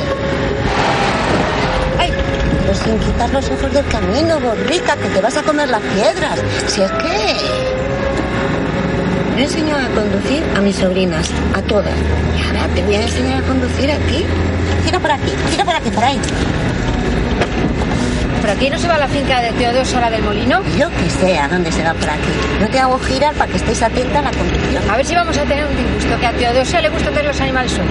[SPEAKER 16] ¡Ay!
[SPEAKER 8] Pero sin quitar los ojos del camino, borrica, que te vas a comer las piedras. Si es que... He enseñado a conducir a mis sobrinas, a todas. Y ahora te voy a enseñar a conducir a ti. Tira por aquí, por ahí.
[SPEAKER 16] ¿Por aquí no se va a la finca de Teodosia, la del molino?
[SPEAKER 8] Yo que sé a dónde se va por aquí. Yo te hago girar para que estéis atentas a la conducción.
[SPEAKER 16] A ver si vamos a tener un disgusto, que a Teodosia le gusta tener los animales solos.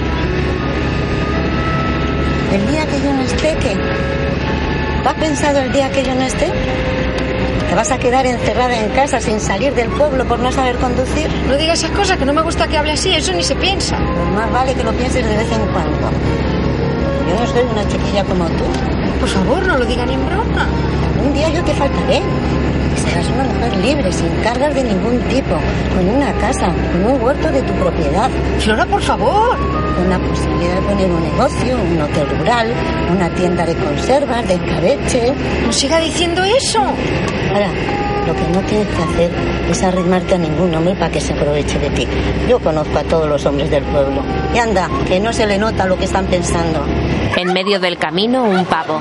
[SPEAKER 8] El día que yo no esté, ¿qué? ¿Lo has pensado el día que yo no esté? ¿Te vas a quedar encerrada en casa sin salir del pueblo por no saber conducir?
[SPEAKER 16] No digas esas cosas, que no me gusta que hable así, eso ni se piensa.
[SPEAKER 8] Pues más vale que lo pienses de vez en cuando. Yo no soy una chiquilla como tú.
[SPEAKER 16] Por favor, no lo diga ni en broma.
[SPEAKER 8] Un día yo te faltaré. Y serás una mujer libre, sin cargas de ningún tipo, con una casa, con un huerto de tu propiedad.
[SPEAKER 16] Flora, por favor.
[SPEAKER 8] Con la posibilidad de poner un negocio, un hotel rural, una tienda de conservas, de escabeche.
[SPEAKER 16] No siga diciendo eso.
[SPEAKER 8] Ahora, lo que no tienes que hacer es arrimarte a ningún hombre para que se aproveche de ti. Yo conozco a todos los hombres del pueblo. Y anda, que no se le nota lo que están pensando.
[SPEAKER 1] En medio del camino, un pavo.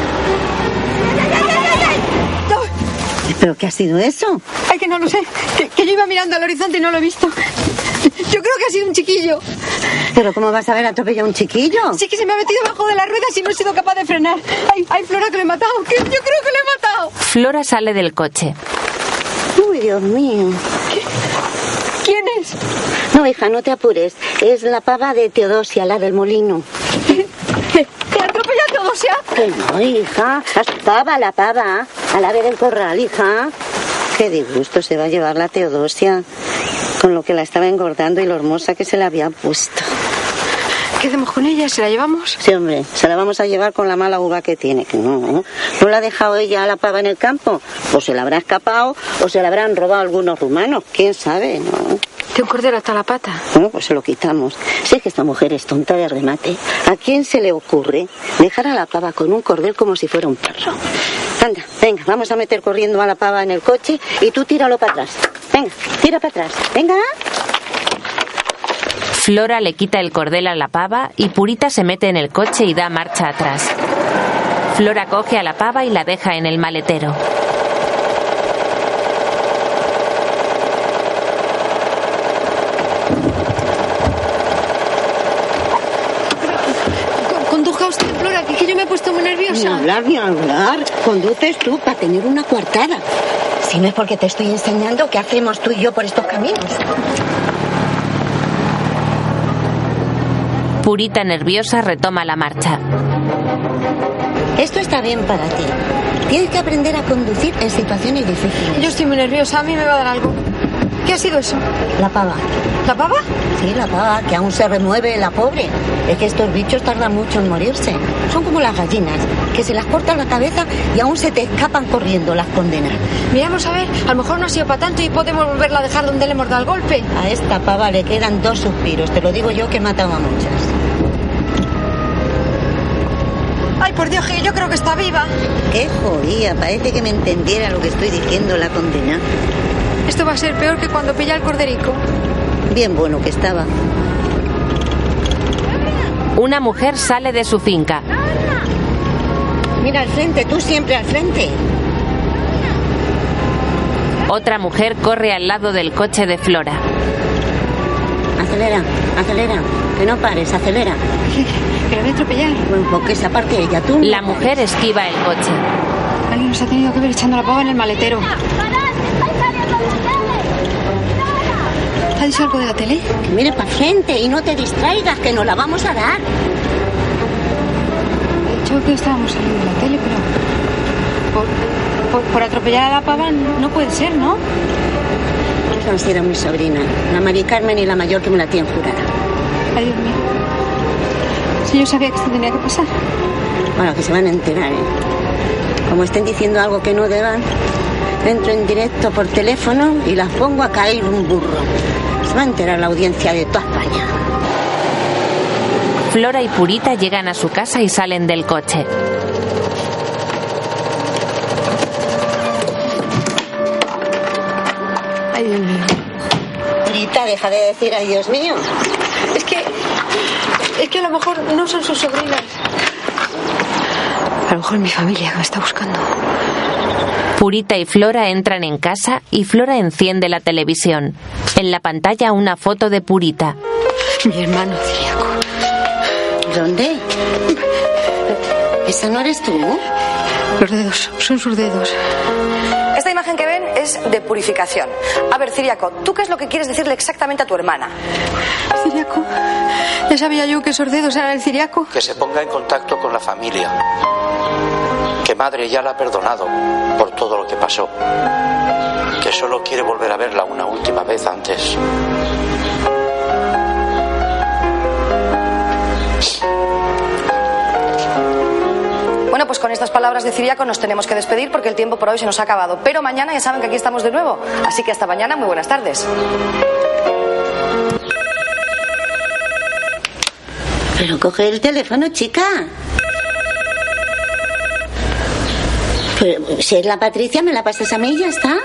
[SPEAKER 8] ¿Pero qué ha sido eso?
[SPEAKER 16] Ay, que no lo sé. Que yo iba mirando al horizonte y no lo he visto. Yo creo que ha sido un chiquillo.
[SPEAKER 8] ¿Pero cómo vas a haber atropellado a un chiquillo?
[SPEAKER 16] Sí, que se me ha metido debajo de las ruedas y no he sido capaz de frenar. Ay, Flora, que le he matado. Que yo creo que le he matado.
[SPEAKER 1] Flora sale del coche.
[SPEAKER 8] Uy, Dios mío.
[SPEAKER 16] ¿Quién es?
[SPEAKER 8] No, hija, no te apures. Es la pava de Teodosia, la del molino.
[SPEAKER 16] ¿Te atropella Teodosia?
[SPEAKER 8] Que no, hija. La pava. A la vez del corral, hija. Qué disgusto se va a llevar la Teodosia. Con lo que la estaba engordando y lo hermosa que se la había puesto.
[SPEAKER 16] ¿Qué hacemos con ella? ¿Se la llevamos?
[SPEAKER 8] Sí, hombre, se la vamos a llevar con la mala uva que tiene. Que no la ha dejado ella a la pava en el campo. O se la habrá escapado o se la habrán robado algunos rumanos. ¿Quién sabe? No.
[SPEAKER 16] De un cordero hasta la pata.
[SPEAKER 8] Bueno, pues se lo quitamos. Si es que esta mujer es tonta de remate. ¿A quién se le ocurre dejar a la pava con un cordel como si fuera un perro? Anda, venga, vamos a meter corriendo a la pava en el coche y tú tíralo para atrás. Venga, tira para atrás. Venga.
[SPEAKER 1] Flora le quita el cordel a la pava y Purita se mete en el coche y da marcha atrás. Flora coge a la pava y la deja en el maletero.
[SPEAKER 16] Conduzca usted, Flora, que yo me he puesto muy nerviosa.
[SPEAKER 8] Ni hablar, ni hablar. Conduces tú para tener una coartada. Si no es porque te estoy enseñando qué hacemos tú y yo por estos caminos.
[SPEAKER 1] Purita, nerviosa, retoma la marcha.
[SPEAKER 8] Esto está bien para ti. Tienes que aprender a conducir en situaciones difíciles.
[SPEAKER 16] Yo estoy muy nerviosa, a mí me va a dar algo. ¿Qué ha sido eso?
[SPEAKER 8] La pava.
[SPEAKER 16] ¿La pava?
[SPEAKER 8] Sí, la pava, que aún se remueve, la pobre. Es que estos bichos tardan mucho en morirse. Son como las gallinas, que se las cortan la cabeza y aún se te escapan corriendo las condenas.
[SPEAKER 16] Miramos a ver, a lo mejor no ha sido para tanto y podemos volverla a dejar donde le hemos dado el golpe.
[SPEAKER 8] A esta pava le quedan 2 suspiros, te lo digo yo que he matado a muchas.
[SPEAKER 16] Ay, por Dios, que yo creo que está viva.
[SPEAKER 8] Qué jodida, parece que me entendiera lo que estoy diciendo la condena.
[SPEAKER 16] Esto va a ser peor que cuando pilla el corderico.
[SPEAKER 8] Bien bueno que estaba.
[SPEAKER 1] Una mujer sale de su finca.
[SPEAKER 8] Mira al frente, tú siempre al frente.
[SPEAKER 1] Otra mujer corre al lado del coche de Flora.
[SPEAKER 8] Acelera, acelera. Que no pares, acelera.
[SPEAKER 16] Que la voy a atropellar.
[SPEAKER 8] Bueno, porque esa parte ella, tú.
[SPEAKER 1] La mujer esquiva el coche.
[SPEAKER 16] Alguien nos ha tenido que ver echando la pava en el maletero. ¿Ha dicho algo de la tele?
[SPEAKER 8] Que mire para frente y no te distraigas, que nos la vamos a dar.
[SPEAKER 16] He dicho que estábamos saliendo de la tele, pero... Por atropellar a la pava no puede ser, ¿no?
[SPEAKER 8] Esa sí era mi sobrina, la Mari Carmen y la mayor que me la tienen jurada.
[SPEAKER 16] Ay, Dios mío. Si yo sabía que esto tenía que pasar.
[SPEAKER 8] Bueno, que se van a enterar, ¿eh? Como estén diciendo algo que no deban, entro en directo por teléfono y las pongo a caer un burro. Se va a enterar la audiencia de toda España.
[SPEAKER 1] Flora y Purita llegan a su casa y salen del coche.
[SPEAKER 16] Ay, Dios mío.
[SPEAKER 8] Purita, deja de decir ay, Dios mío.
[SPEAKER 16] Es que a lo mejor no son sus sobrinas. A lo mejor es mi familia que me está buscando.
[SPEAKER 1] Purita y Flora entran en casa y Flora enciende la televisión. En la pantalla una foto de Purita.
[SPEAKER 16] Mi hermano celíaco.
[SPEAKER 8] ¿Dónde? ¿Esa no eres tú?
[SPEAKER 16] Los dedos, son sus dedos.
[SPEAKER 5] Esta imagen que ven es de purificación. A ver, Ciriaco, ¿tú qué es lo que quieres decirle exactamente a tu hermana?
[SPEAKER 16] Ciriaco, ya sabía yo que esos dedos eran el Ciriaco.
[SPEAKER 17] Que se ponga en contacto con la familia. Que madre ya la ha perdonado por todo lo que pasó. Que solo quiere volver a verla una última vez antes.
[SPEAKER 5] Bueno, pues con estas palabras de Ciriaco nos tenemos que despedir porque el tiempo por hoy se nos ha acabado. Pero mañana ya saben que aquí estamos de nuevo. Así que hasta mañana, muy buenas tardes.
[SPEAKER 8] Pero coge el teléfono, chica. Pero si es la Patricia, me la pasas a mí y ya está.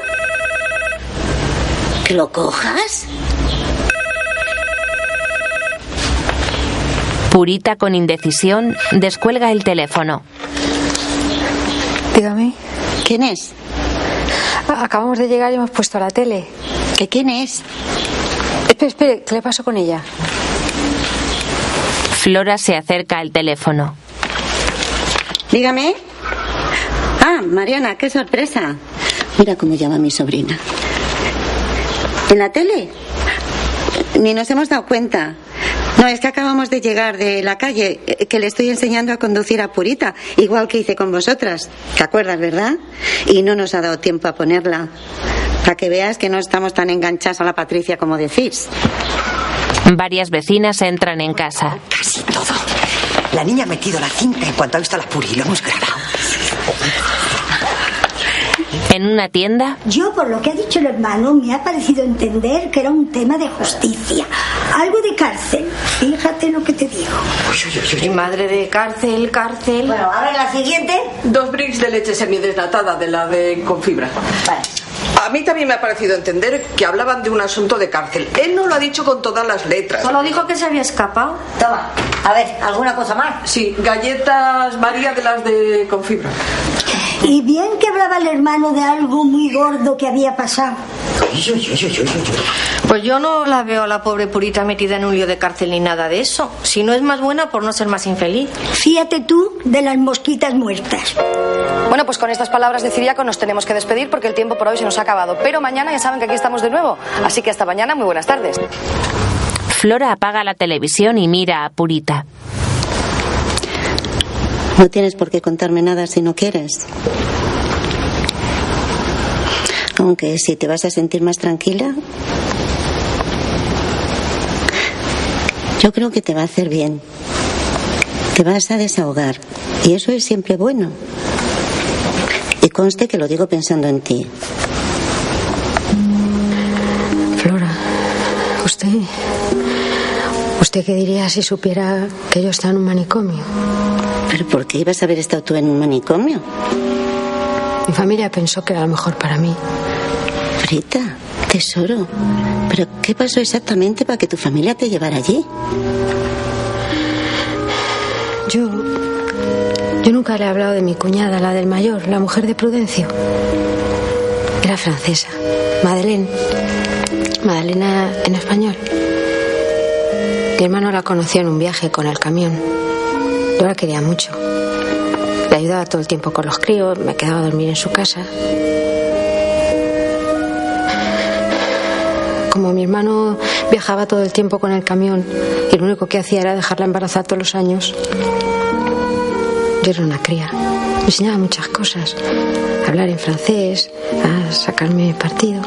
[SPEAKER 8] Que lo cojas.
[SPEAKER 1] Purita, con indecisión, descuelga el teléfono.
[SPEAKER 16] Dígame.
[SPEAKER 8] ¿Quién es?
[SPEAKER 16] Acabamos de llegar y hemos puesto la tele.
[SPEAKER 8] ¿Que quién es?
[SPEAKER 16] Espere, ¿qué le pasó con ella?
[SPEAKER 1] Flora se acerca al teléfono.
[SPEAKER 8] Dígame. Ah, Mariana, qué sorpresa. Mira cómo llama mi sobrina. ¿En la tele? Ni nos hemos dado cuenta. No, es que acabamos de llegar de la calle, que le estoy enseñando a conducir a Purita, igual que hice con vosotras. ¿Te acuerdas, verdad? Y no nos ha dado tiempo a ponerla. Para que veas que no estamos tan enganchadas a la Patricia como decís.
[SPEAKER 1] Varias vecinas entran en casa.
[SPEAKER 18] Casi todo. La niña ha metido la cinta en cuanto ha visto a la Puri. Lo hemos grabado.
[SPEAKER 1] En una tienda.
[SPEAKER 7] Yo, por lo que ha dicho el hermano, me ha parecido entender que era un tema de justicia. Algo de cárcel. Fíjate lo que te digo.
[SPEAKER 19] Mi madre de cárcel.
[SPEAKER 7] Bueno, a ver, la siguiente.
[SPEAKER 20] 2 bricks de leche semidesnatada de la de con fibra.
[SPEAKER 7] Vale.
[SPEAKER 20] A mí también me ha parecido entender que hablaban de un asunto de cárcel. Él no lo ha dicho con todas las letras.
[SPEAKER 6] Solo dijo que se había escapado.
[SPEAKER 7] Toma, a ver, ¿alguna cosa más?
[SPEAKER 20] Sí, galletas María de las de con fibra.
[SPEAKER 7] Y bien que hablaba el hermano de algo muy gordo que había pasado.
[SPEAKER 19] Pues yo no la veo a la pobre Purita metida en un lío de cárcel ni nada de eso. Si no es más buena por no ser más infeliz.
[SPEAKER 7] Fíjate tú de las mosquitas muertas.
[SPEAKER 21] Bueno, pues con estas palabras de Ciriaco nos tenemos que despedir porque el tiempo por hoy se nos ha acabado. Pero mañana ya saben que aquí estamos de nuevo. Así que hasta mañana, muy buenas tardes.
[SPEAKER 1] Flora apaga la televisión y mira a Purita.
[SPEAKER 3] No tienes por qué contarme nada si no quieres. Aunque si te vas a sentir más tranquila, yo creo que te va a hacer bien. Te vas a desahogar. Y eso es siempre bueno. Y conste que lo digo pensando en ti.
[SPEAKER 4] Flora, ¿usted qué diría si supiera que yo estaba en un manicomio?
[SPEAKER 3] ¿Pero por qué ibas a haber estado tú en un manicomio?
[SPEAKER 4] Mi familia pensó que era lo mejor para mí.
[SPEAKER 3] Rita, tesoro, ¿pero qué pasó exactamente para que tu familia te llevara allí?
[SPEAKER 4] Yo nunca le he hablado de mi cuñada, la del mayor, la mujer de Prudencio. Era francesa, Madalena en español. Mi hermano la conoció en un viaje con el camión. Yo la quería mucho. Le ayudaba todo el tiempo con los críos, me quedaba a dormir en su casa. Como mi hermano viajaba todo el tiempo con el camión y lo único que hacía era dejarla embarazada todos los años, yo era una cría. Me enseñaba muchas cosas. A hablar en francés, a sacarme partido.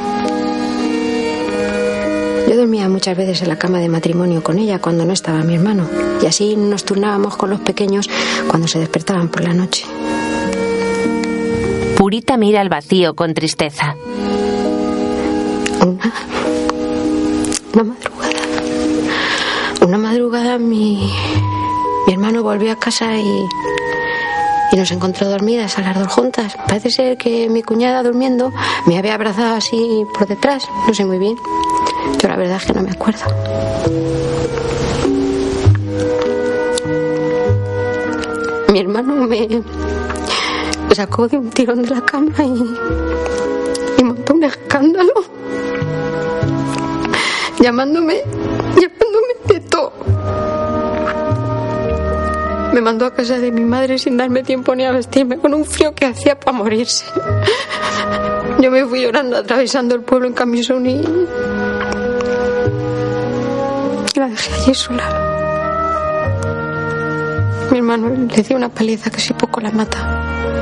[SPEAKER 4] Yo dormía muchas veces en la cama de matrimonio con ella cuando no estaba mi hermano. Y así nos turnábamos con los pequeños cuando se despertaban por la noche.
[SPEAKER 1] Purita mira al vacío con tristeza.
[SPEAKER 4] Una madrugada mi hermano volvió a casa y nos encontró dormidas a las dos juntas. Parece ser que mi cuñada durmiendo me había abrazado así por detrás. No sé muy bien. Yo la verdad es que no me acuerdo. Mi hermano me sacó de un tirón de la cama y montó un escándalo. Llamándome de todo. Me mandó a casa de mi madre sin darme tiempo ni a vestirme, con un frío que hacía para morirse. Yo me fui llorando atravesando el pueblo en camisón y la dejé allí sola. Mi hermano le dio una paliza que si poco la mata.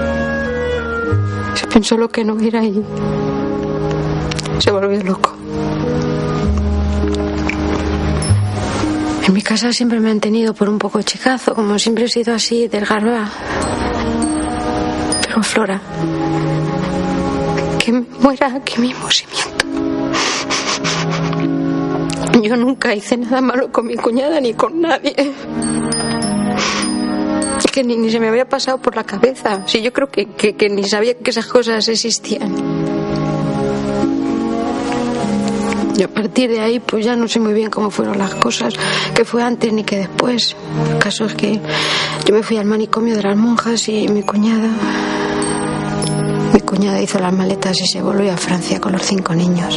[SPEAKER 4] Se pensó lo que no era y se volvió loco. En mi casa siempre me han tenido por un poco chicazo, como siempre he sido así, desgarbada. Pero Flora, que muera aquí mismo si miento. Yo nunca hice nada malo con mi cuñada ni con nadie. Es que ni se me había pasado por la cabeza. Sí, yo creo que ni sabía que esas cosas existían. Y a partir de ahí pues ya no sé muy bien cómo fueron las cosas, qué fue antes ni qué después. El caso es que yo me fui al manicomio de las monjas y mi cuñada hizo las maletas y se volvió a Francia con los 5 niños.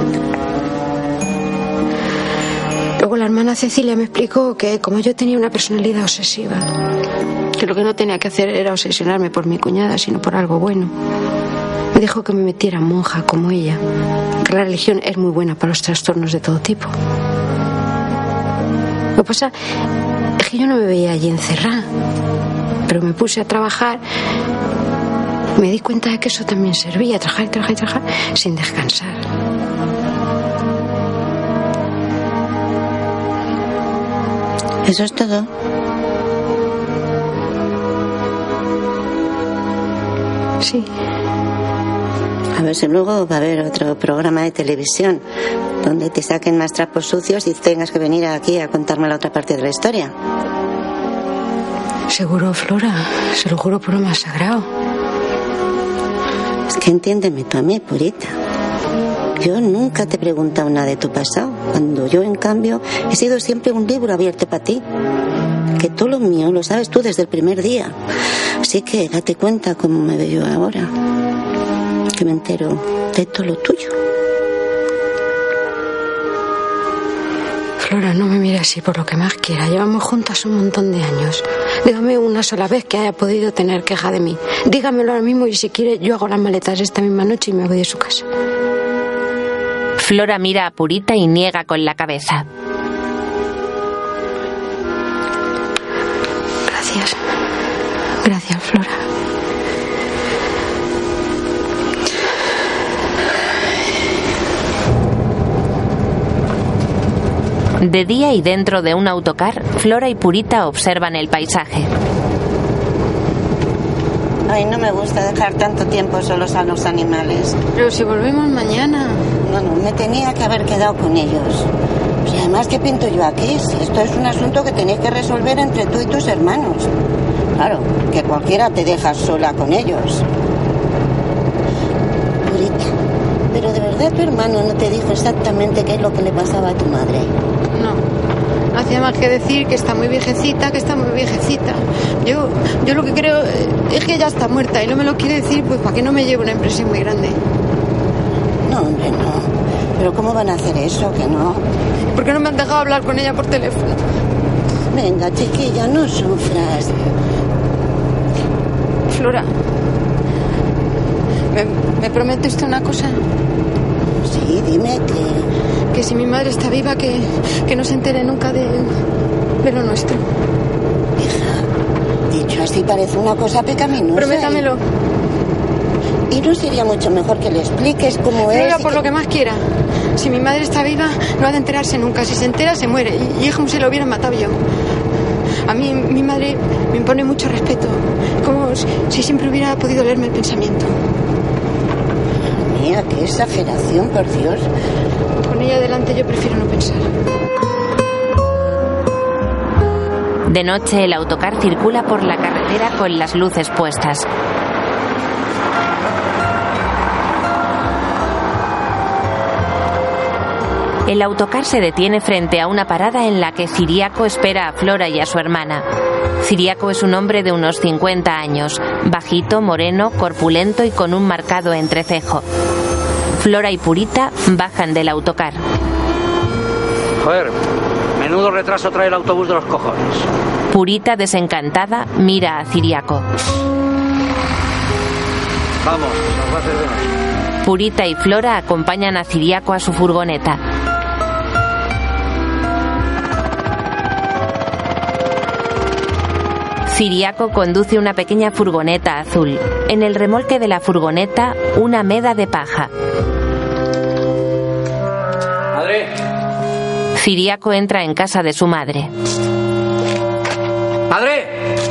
[SPEAKER 4] Luego la hermana Cecilia me explicó que como yo tenía una personalidad obsesiva, que lo que no tenía que hacer era obsesionarme por mi cuñada, sino por algo bueno. Me dijo que me metiera monja como ella, que la religión es muy buena para los trastornos de todo tipo. Lo que pasa es que yo no me veía allí encerrada, pero me puse a trabajar. Me di cuenta de que eso también servía, trabajar sin descansar.
[SPEAKER 3] ¿Eso es todo?
[SPEAKER 4] Sí.
[SPEAKER 8] A ver si luego va a haber otro programa de televisión donde te saquen más trapos sucios y tengas que venir aquí a contarme la otra parte de la historia.
[SPEAKER 4] Seguro, Flora, se lo juro por lo más sagrado.
[SPEAKER 8] Es que entiéndeme tú a mí, Purita. Yo nunca te he preguntado nada de tu pasado, cuando yo, en cambio, he sido siempre un libro abierto para ti. Que todo lo mío lo sabes tú desde el primer día. Así que date cuenta cómo me veo yo ahora, que me entero de todo lo tuyo.
[SPEAKER 4] Flora, no me mire así por lo que más quiera. Llevamos juntas un montón de años. Dígame una sola vez que haya podido tener queja de mí. Dígamelo ahora mismo y si quiere yo hago las maletas esta misma noche y me voy de su casa.
[SPEAKER 1] Flora mira a Purita y niega con la cabeza.
[SPEAKER 4] Gracias. Gracias, Flora.
[SPEAKER 1] De día y dentro de un autocar, Flora y Purita observan el paisaje.
[SPEAKER 8] Ay, no me gusta dejar tanto tiempo solos a los animales.
[SPEAKER 4] Pero si volvemos mañana.
[SPEAKER 8] No, me tenía que haber quedado con ellos. Y además, ¿qué pinto yo aquí? Si esto es un asunto que tenéis que resolver entre tú y tus hermanos. Claro, que cualquiera te deja sola con ellos. Purita, pero de verdad tu hermano no te dijo exactamente qué es lo que le pasaba a tu madre.
[SPEAKER 4] No hacía más que decir que está muy viejecita, Yo lo que creo es que ella está muerta y no me lo quiere decir pues para que no me lleve una impresión muy grande.
[SPEAKER 8] No, hombre, no. ¿Pero cómo van a hacer eso, que no?
[SPEAKER 4] ¿Por qué no me han dejado hablar con ella por teléfono?
[SPEAKER 8] Venga, chiquilla, no sufras.
[SPEAKER 4] Flora, ¿me promete usted una cosa?
[SPEAKER 8] Sí, dime
[SPEAKER 4] que si mi madre está viva, que no se entere nunca de lo nuestro.
[SPEAKER 8] Hija, dicho así parece una cosa pecaminosa.
[SPEAKER 4] Prométamelo.
[SPEAKER 8] ¿Y no sería mucho mejor que le expliques cómo es?
[SPEAKER 4] Flora, por lo que más quiera. Si mi madre está viva, no ha de enterarse nunca. Si se entera, se muere. Y es como si lo hubiera matado yo. A mí, mi madre me impone mucho respeto. Como si siempre hubiera podido leerme el pensamiento.
[SPEAKER 8] Mía, qué exageración, por Dios.
[SPEAKER 4] Con ella delante yo prefiero no pensar.
[SPEAKER 1] De noche, el autocar circula por la carretera con las luces puestas. El autocar se detiene frente a una parada en la que Ciriaco espera a Flora y a su hermana. Ciriaco es un hombre de unos 50 años, bajito, moreno, corpulento y con un marcado entrecejo. Flora y Purita bajan del autocar.
[SPEAKER 17] Joder, menudo retraso trae el autobús de los cojones.
[SPEAKER 1] Purita, desencantada, mira a Ciriaco.
[SPEAKER 17] Vamos, nos va a hacer de noche.
[SPEAKER 1] Purita y Flora acompañan a Ciriaco a su furgoneta. Ciriaco conduce una pequeña furgoneta azul. En el remolque de la furgoneta, una meda de paja.
[SPEAKER 17] ¡Madre!
[SPEAKER 1] Ciriaco entra en casa de su madre.
[SPEAKER 17] ¡Madre!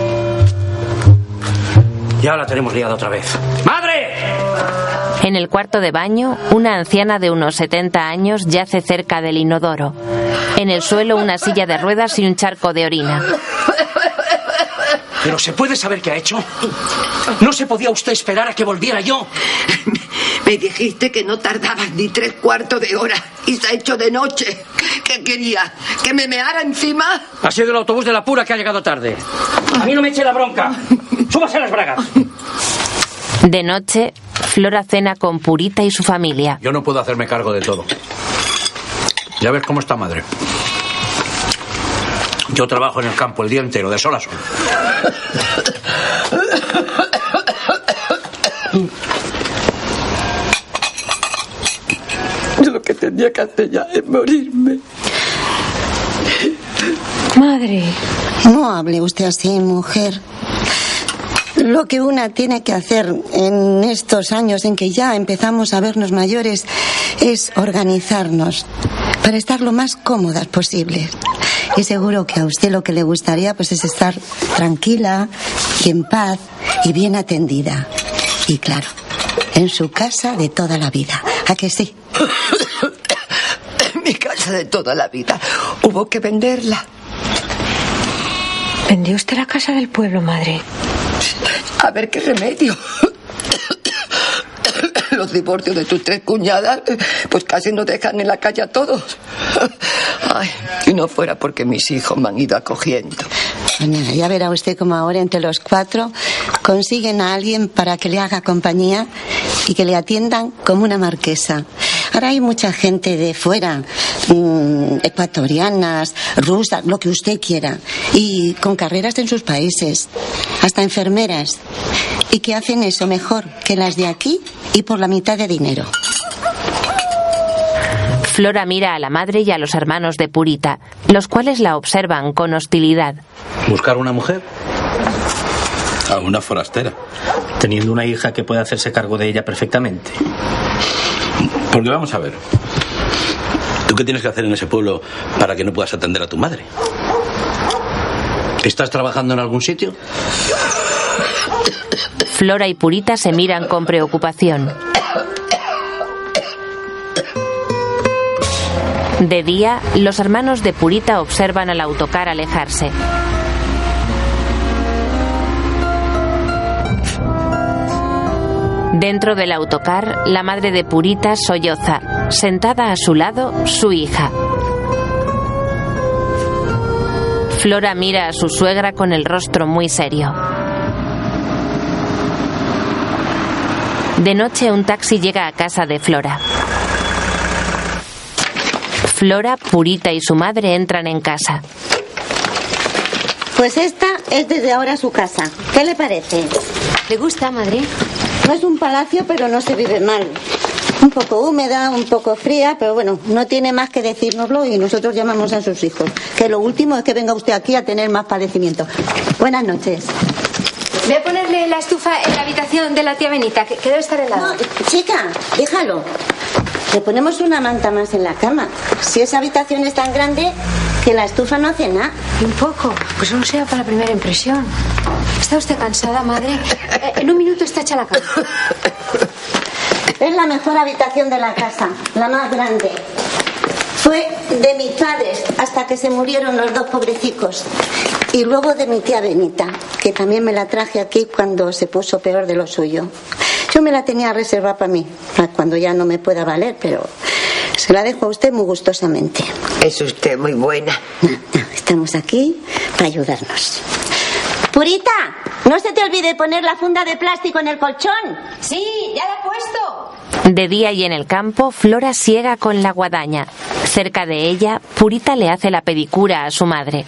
[SPEAKER 17] Ya la tenemos liada otra vez. ¡Madre!
[SPEAKER 1] En el cuarto de baño, una anciana de unos 70 años yace cerca del inodoro. En el suelo, una silla de ruedas y un charco de orina.
[SPEAKER 17] ¿Pero se puede saber qué ha hecho? ¿No se podía usted esperar a que volviera yo?
[SPEAKER 9] Me dijiste que no tardabas ni 3/4 de hora y se ha hecho de noche. ¿Qué quería? ¿Que me meara encima?
[SPEAKER 17] Ha sido el autobús de la Pura que ha llegado tarde. A mí no me eche la bronca. Súbase las bragas.
[SPEAKER 1] De noche, Flora cena con Purita y su familia.
[SPEAKER 22] Yo no puedo hacerme cargo de todo. Ya ves cómo está madre. Yo trabajo en el campo el día entero, de sol a sol.
[SPEAKER 9] Yo lo que tenía que hacer ya es morirme.
[SPEAKER 4] Madre.
[SPEAKER 8] No hable usted así, mujer. Lo que una tiene que hacer en estos años en que ya empezamos a vernos mayores es organizarnos para estar lo más cómodas posibles. Y seguro que a usted lo que le gustaría pues es estar tranquila y en paz y bien atendida. Y claro,
[SPEAKER 3] en su casa de toda la vida. ¿A que sí?
[SPEAKER 9] Mi casa de toda la vida. Hubo que venderla.
[SPEAKER 4] ¿Vendió usted la casa del pueblo, madre?
[SPEAKER 9] A ver qué remedio. Los divorcios de tus 3 cuñadas, pues casi nos dejan en la calle a todos. Ay, si no fuera porque mis hijos me han ido acogiendo.
[SPEAKER 3] Pues nada, ya verá usted cómo ahora entre los 4 consiguen a alguien para que le haga compañía y que le atiendan como una marquesa. Ahora hay mucha gente de fuera, ecuatorianas, rusas, lo que usted quiera, y con carreras en sus países, hasta enfermeras, y que hacen eso mejor que las de aquí y por la mitad de dinero.
[SPEAKER 1] Flora mira a la madre y a los hermanos de Purita, los cuales la observan con hostilidad.
[SPEAKER 22] ¿Buscar una mujer? A una forastera.
[SPEAKER 10] Teniendo una hija que puede hacerse cargo de ella perfectamente.
[SPEAKER 22] Porque vamos a ver. ¿Tú qué tienes que hacer en ese pueblo para que no puedas atender a tu madre? ¿Estás trabajando en algún sitio?
[SPEAKER 1] Flora y Purita se miran con preocupación. De día, los hermanos de Purita observan al autocar alejarse. Dentro del autocar, la madre de Purita solloza. Sentada a su lado, su hija. Flora mira a su suegra con el rostro muy serio. De noche, un taxi llega a casa de Flora. Flora, Purita y su madre entran en casa.
[SPEAKER 8] Pues esta es desde ahora su casa. ¿Qué le parece?
[SPEAKER 4] ¿Le gusta, madre?
[SPEAKER 8] No es un palacio, pero no se vive mal. Un poco húmeda, un poco fría, pero bueno, no tiene más que decírnoslo y nosotros llamamos a sus hijos. Que lo último es que venga usted aquí a tener más padecimiento. Buenas noches.
[SPEAKER 16] Voy a ponerle la estufa en la habitación de la tía Benita, que debe estar helada.
[SPEAKER 8] No, chica, déjalo. Le ponemos una manta más en la cama. Si esa habitación es tan grande, que la estufa no hace nada.
[SPEAKER 4] Un poco, pues no sea para la primera impresión. ¿Está usted cansada, madre? En un minuto está hecha la cama.
[SPEAKER 8] Es la mejor habitación de la casa, la más grande. Fue de mis padres hasta que se murieron los 2 pobrecicos. Y luego de mi tía Benita, que también me la traje aquí cuando se puso peor de lo suyo. Yo me la tenía reservada para mí, para cuando ya no me pueda valer, pero se la dejo a usted muy gustosamente.
[SPEAKER 9] Es usted muy buena.
[SPEAKER 8] No, estamos aquí para ayudarnos. Purita, no se te olvide poner la funda de plástico en el colchón.
[SPEAKER 16] Sí, ya la he puesto.
[SPEAKER 1] De día y en el campo, Flora siega con la guadaña. Cerca de ella, Purita le hace la pedicura a su madre.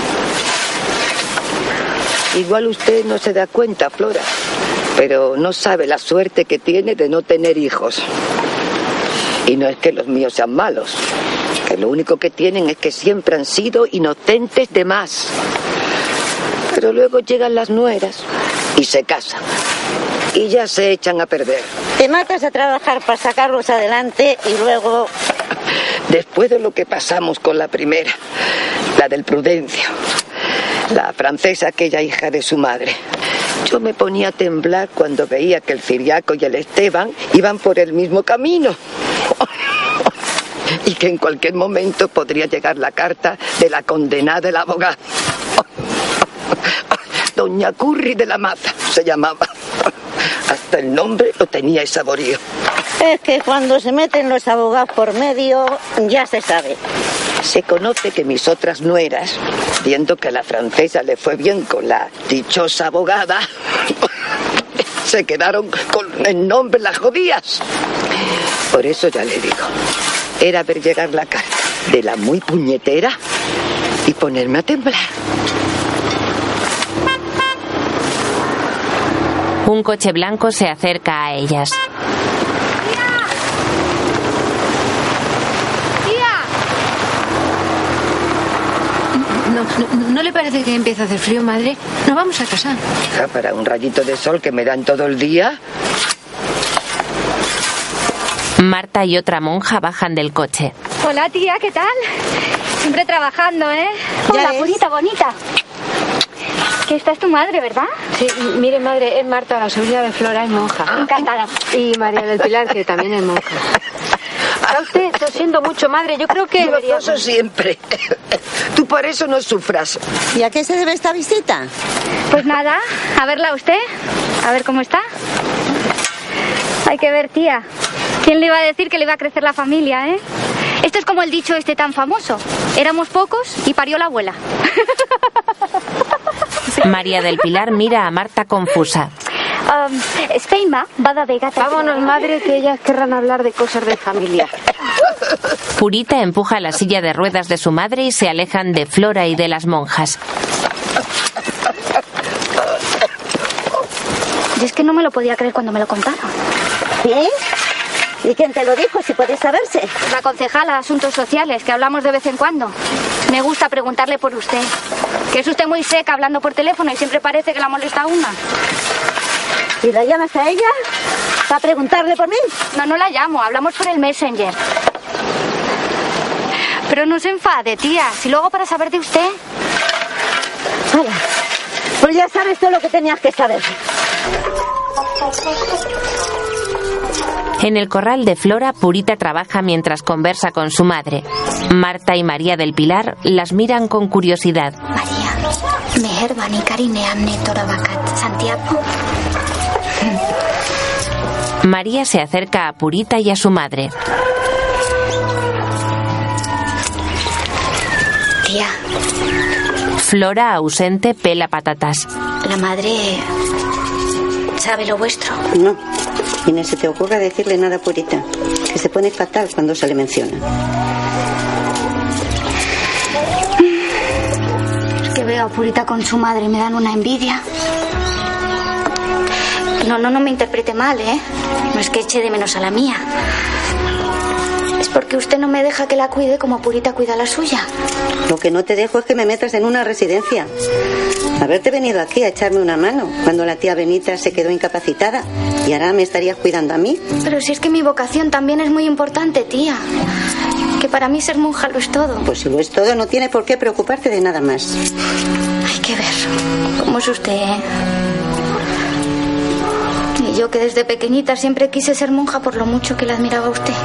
[SPEAKER 9] Igual usted no se da cuenta, Flora, pero no sabe la suerte que tiene de no tener hijos. Y no es que los míos sean malos, que lo único que tienen es que siempre han sido inocentes de más. Pero luego llegan las nueras y se casan y ya se echan a perder.
[SPEAKER 8] Te matas a trabajar para sacarlos adelante y luego...
[SPEAKER 9] Después de lo que pasamos con la primera, la del Prudencio, la francesa, aquella hija de su madre, yo me ponía a temblar cuando veía que el Ciriaco y el Esteban iban por el mismo camino. Y que en cualquier momento podría llegar la carta de la condenada del abogado. Doña Curri de la Mata se llamaba. Hasta el nombre lo tenía ese saborío.
[SPEAKER 8] Es que cuando se meten los abogados por medio, ya se sabe.
[SPEAKER 9] Se conoce que mis otras nueras, viendo que a la francesa le fue bien con la dichosa abogada, se quedaron con el nombre las jodías. Por eso ya le digo, era ver llegar la carta de la muy puñetera y ponerme a temblar.
[SPEAKER 1] Un coche blanco se acerca a ellas.
[SPEAKER 4] ¿No le parece que empieza a hacer frío, madre? Nos vamos a casa.
[SPEAKER 9] Hija, para un rayito de sol que me dan todo el día.
[SPEAKER 1] Marta y otra monja bajan del coche.
[SPEAKER 6] Hola, tía, ¿qué tal? Siempre trabajando, ¿eh? Hola, Purita, bonita.
[SPEAKER 2] Que esta es tu madre, ¿verdad?
[SPEAKER 16] Sí, mire, madre, es Marta, la sobrina de Flora, es monja.
[SPEAKER 2] Encantada.
[SPEAKER 16] Y María del Pilar, que también es monja. Está usted tosiendo mucho, madre. Yo creo que...
[SPEAKER 9] Yo toso siempre. Tú por eso no sufras.
[SPEAKER 3] ¿Y a qué se debe esta visita?
[SPEAKER 2] Pues nada, a verla a usted. A ver cómo está. Hay que ver, tía. ¿Quién le iba a decir que le iba a crecer la familia, eh? Esto es como el dicho este tan famoso. Éramos pocos y parió la abuela.
[SPEAKER 1] María del Pilar mira a Marta confusa.
[SPEAKER 2] Spainma, Bada de Gata.
[SPEAKER 16] Vámonos, madre, que ellas querrán hablar de cosas de familia.
[SPEAKER 1] Purita empuja la silla de ruedas de su madre y se alejan de Flora y de las monjas.
[SPEAKER 2] Y es que no me lo podía creer cuando me lo contaron.
[SPEAKER 8] ¿Sí? ¿Y quién te lo dijo, si puede saberse?
[SPEAKER 2] La concejala de Asuntos Sociales, que hablamos de vez en cuando. Me gusta preguntarle por usted. Que es usted muy seca hablando por teléfono y siempre parece que la molesta a una.
[SPEAKER 8] ¿Y la llamas a ella para preguntarle por mí?
[SPEAKER 2] No, no la llamo, hablamos por el Messenger. Pero no se enfade, tía, si luego para saber de usted.
[SPEAKER 8] Vaya, pues ya sabes todo lo que tenías que saber.
[SPEAKER 1] En el corral de Flora, Purita trabaja mientras conversa con su madre. Marta y María del Pilar las miran con curiosidad.
[SPEAKER 2] María, meherbani karine amne torabakat Santiago.
[SPEAKER 1] María se acerca a Purita y a su madre.
[SPEAKER 2] Tía.
[SPEAKER 1] Flora, ausente, pela patatas.
[SPEAKER 2] La madre sabe lo vuestro.
[SPEAKER 3] No, y no se te ocurra decirle nada a Purita, que se pone fatal cuando se le menciona.
[SPEAKER 2] Es que veo a Purita con su madre y me dan una envidia. No me interprete mal, ¿eh? No es que eche de menos a la mía. Es porque usted no me deja que la cuide como Purita cuida la suya.
[SPEAKER 3] Lo que no te dejo es que me metas en una residencia. Haberte venido aquí a echarme una mano cuando la tía Benita se quedó incapacitada y ahora me estarías cuidando a mí.
[SPEAKER 2] Pero si es que mi vocación también es muy importante, tía. Que para mí ser monja lo es todo.
[SPEAKER 3] Pues si lo es todo, no tienes por qué preocuparte de nada más.
[SPEAKER 2] Hay que ver cómo es usted, ¿eh? Y yo que desde pequeñita siempre quise ser monja por lo mucho que la admiraba a usted.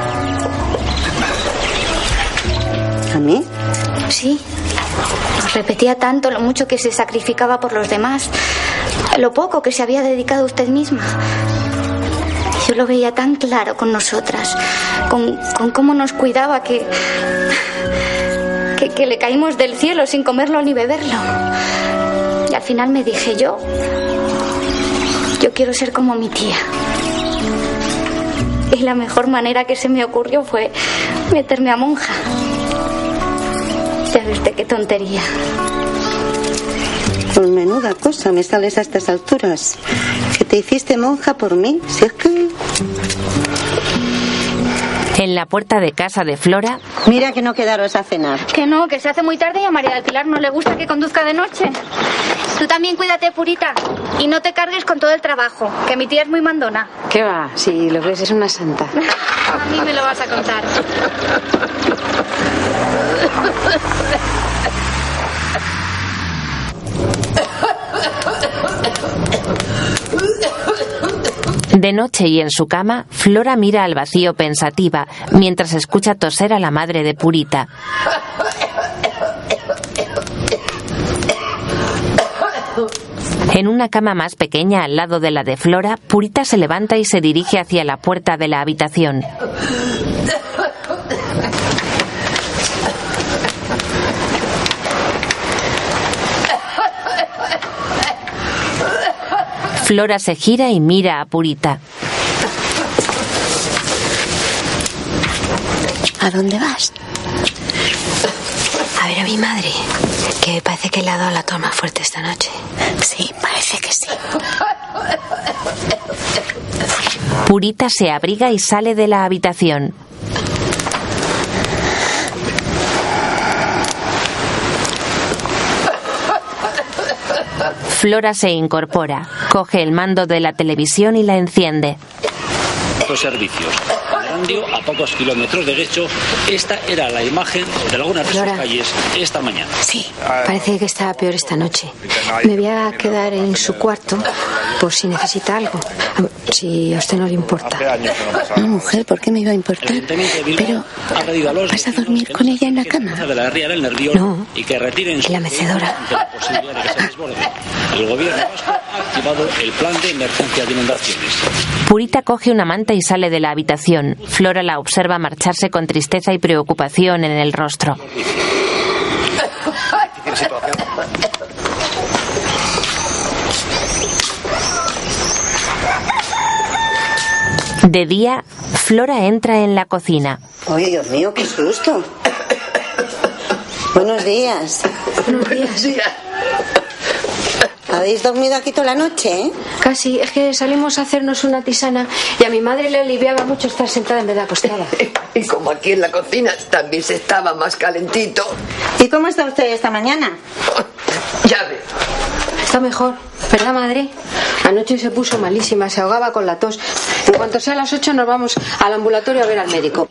[SPEAKER 3] ¿A mí?
[SPEAKER 2] Sí. Nos repetía tanto lo mucho que se sacrificaba por los demás, lo poco que se había dedicado a usted misma. Yo lo veía tan claro con nosotras, con cómo nos cuidaba que le caímos del cielo sin comerlo ni beberlo. Y al final me dije yo quiero ser como mi tía. Y la mejor manera que se me ocurrió fue meterme a monja. Ya ve usted qué tontería.
[SPEAKER 3] Pues menuda cosa me sales a estas alturas. Que te hiciste monja por mí, si es que...
[SPEAKER 1] En la puerta de casa de Flora...
[SPEAKER 3] Mira que no quedaros a cenar.
[SPEAKER 2] Que no, que se hace muy tarde y a María del Pilar no le gusta que conduzca de noche. Tú también cuídate, Purita. Y no te cargues con todo el trabajo, que mi tía es muy mandona.
[SPEAKER 16] ¿Qué va? Si lo ves, es una santa.
[SPEAKER 2] A mí me lo vas a contar.
[SPEAKER 1] De noche y en su cama, Flora mira al vacío pensativa, mientras escucha toser a la madre de Purita. En una cama más pequeña al lado de la de Flora, Purita se levanta y se dirige hacia la puerta de la habitación. Flora se gira y mira a Purita.
[SPEAKER 4] ¿A dónde vas? A ver a mi madre, que parece que le ha dado la toma fuerte esta noche. Sí, parece que sí.
[SPEAKER 1] Purita se abriga y sale de la habitación. Flora se incorpora, coge el mando de la televisión y la enciende.
[SPEAKER 22] Los servicios.
[SPEAKER 11] Randio, a pocos kilómetros de Guecho. Esta era la imagen de algunas de sus calles esta mañana.
[SPEAKER 4] Sí, parece que está peor esta noche. Me voy a quedar en su cuarto por si necesita algo. Si a usted no le importa.
[SPEAKER 3] No, mujer, ¿por qué me iba a importar? Pero, ¿vas a dormir con ella en la cama?
[SPEAKER 4] No,
[SPEAKER 11] en
[SPEAKER 4] la mecedora.
[SPEAKER 11] El gobierno vasco ha activado el plan de emergencia de inundaciones.
[SPEAKER 1] Purita coge una manta y sale de la habitación. Flora la observa marcharse con tristeza y preocupación en el rostro. De día, Flora entra en la cocina.
[SPEAKER 3] Oye, Dios mío, qué susto. Buenos días.
[SPEAKER 4] Buenos días.
[SPEAKER 3] ¿Habéis dormido aquí toda la noche, eh?
[SPEAKER 4] Casi, es que salimos a hacernos una tisana y a mi madre le aliviaba mucho estar sentada en vez de acostada.
[SPEAKER 9] Y como aquí en la cocina también se estaba más calentito.
[SPEAKER 3] ¿Y cómo está usted esta mañana?
[SPEAKER 9] Ya ve.
[SPEAKER 4] Está mejor, ¿verdad, madre? Anoche se puso malísima, se ahogaba con la tos. En cuanto sea a las 8 nos vamos al ambulatorio a ver al médico.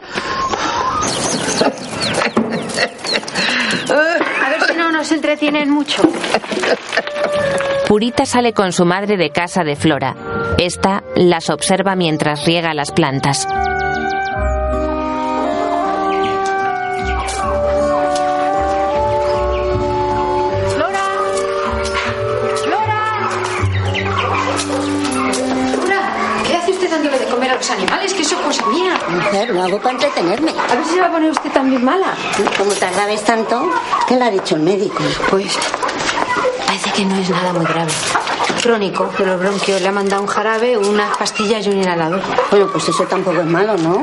[SPEAKER 4] A ver si no nos entretienen mucho.
[SPEAKER 1] Purita sale con su madre de casa de Flora. Esta las observa mientras riega las plantas.
[SPEAKER 4] Los animales, que eso es cosa mía.
[SPEAKER 3] Mujer, lo hago para entretenerme.
[SPEAKER 4] A ver si se va a poner usted también mala.
[SPEAKER 3] Como tardabais tanto, ¿qué le ha dicho el médico?
[SPEAKER 4] Pues parece que no es nada muy grave. Crónico de los bronquios. Le ha mandado un jarabe, unas pastillas y un inhalador.
[SPEAKER 3] Bueno, pues eso tampoco es malo, ¿no?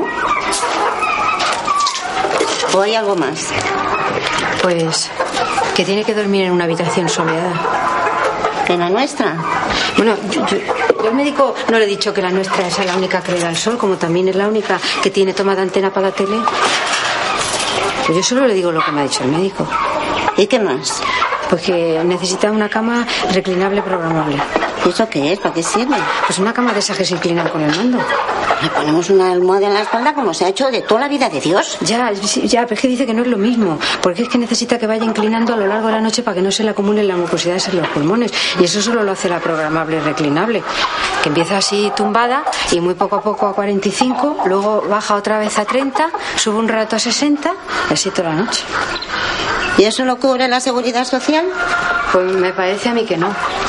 [SPEAKER 3] ¿O hay algo más?
[SPEAKER 4] Pues que tiene que dormir en una habitación soleada.
[SPEAKER 3] ¿Que la nuestra?
[SPEAKER 4] Bueno, yo al médico no le he dicho que la nuestra es la única que le da el sol, como también es la única que tiene toma de antena para la tele. Pues yo solo le digo lo que me ha dicho el médico.
[SPEAKER 3] ¿Y qué más?
[SPEAKER 4] Pues que necesita una cama reclinable programable.
[SPEAKER 3] ¿Y eso qué es? ¿Para qué sirve?
[SPEAKER 4] Pues una cama de esas que se inclinan con el mando.
[SPEAKER 3] Le ponemos una almohada en la espalda como se ha hecho de toda la vida de Dios.
[SPEAKER 4] Ya, pero es que dice que no es lo mismo. Porque es que necesita que vaya inclinando a lo largo de la noche para que no se le acumulen las mucosidades en los pulmones. Y eso solo lo hace la programable reclinable. Que empieza así tumbada y muy poco a poco a 45, luego baja otra vez a 30, sube un rato a 60 y así toda la noche.
[SPEAKER 3] ¿Y eso lo cubre la seguridad social?
[SPEAKER 4] Pues me parece a mí que no.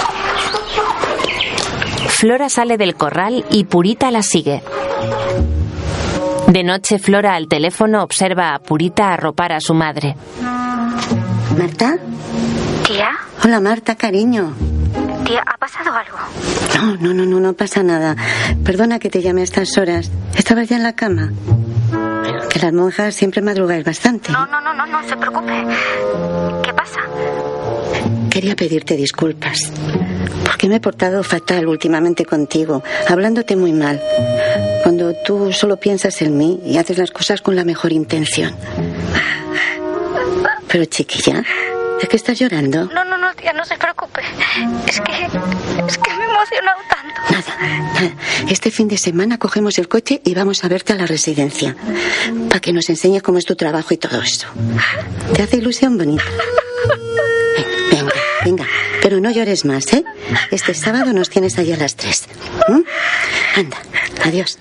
[SPEAKER 1] Flora sale del corral y Purita la sigue. De noche, Flora al teléfono observa a Purita arropar a su madre.
[SPEAKER 3] ¿Marta?
[SPEAKER 2] ¿Tía?
[SPEAKER 3] Hola, Marta, cariño.
[SPEAKER 2] Tía, ¿ha pasado algo?
[SPEAKER 3] No pasa nada. Perdona que te llame a estas horas. ¿Estabas ya en la cama? Que las monjas siempre madrugáis bastante.
[SPEAKER 2] No se preocupe. ¿Qué pasa?
[SPEAKER 3] Quería pedirte disculpas. Porque me he portado fatal últimamente contigo, hablándote muy mal. Cuando tú solo piensas en mí y haces las cosas con la mejor intención. Pero chiquilla, ¿es que estás llorando?
[SPEAKER 2] No, tía, no se preocupe. Es que me he emocionado tanto.
[SPEAKER 3] Nada. Este fin de semana cogemos el coche y vamos a verte a la residencia. Para que nos enseñes cómo es tu trabajo y todo eso. ¿Te hace ilusión, bonita? Venga, pero no llores más, ¿eh? Este sábado nos tienes allí a las 3. Anda, adiós.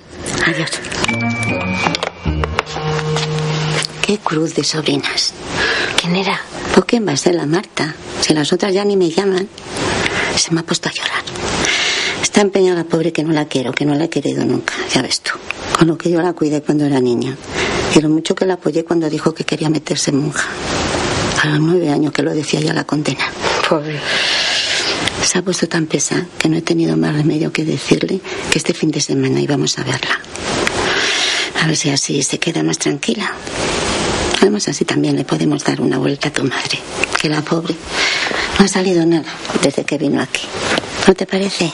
[SPEAKER 3] Qué cruz de sobrinas.
[SPEAKER 4] ¿Quién era?
[SPEAKER 3] ¿Por quién va a ser la Marta? Si las otras ya ni me llaman. Se me ha puesto a llorar. Está empeñada la pobre que no la quiero, que no la he querido nunca, ya ves tú. Con lo que yo la cuidé cuando era niña. Y lo mucho que la apoyé cuando dijo que quería meterse monja. A los 9 años que lo decía ya la condena.
[SPEAKER 4] Pobre.
[SPEAKER 3] Se ha puesto tan pesada que no he tenido más remedio que decirle que este fin de semana íbamos a verla. A ver si así se queda más tranquila. Además así también le podemos dar una vuelta a tu madre, que la pobre no ha salido nada desde que vino aquí. ¿No te parece?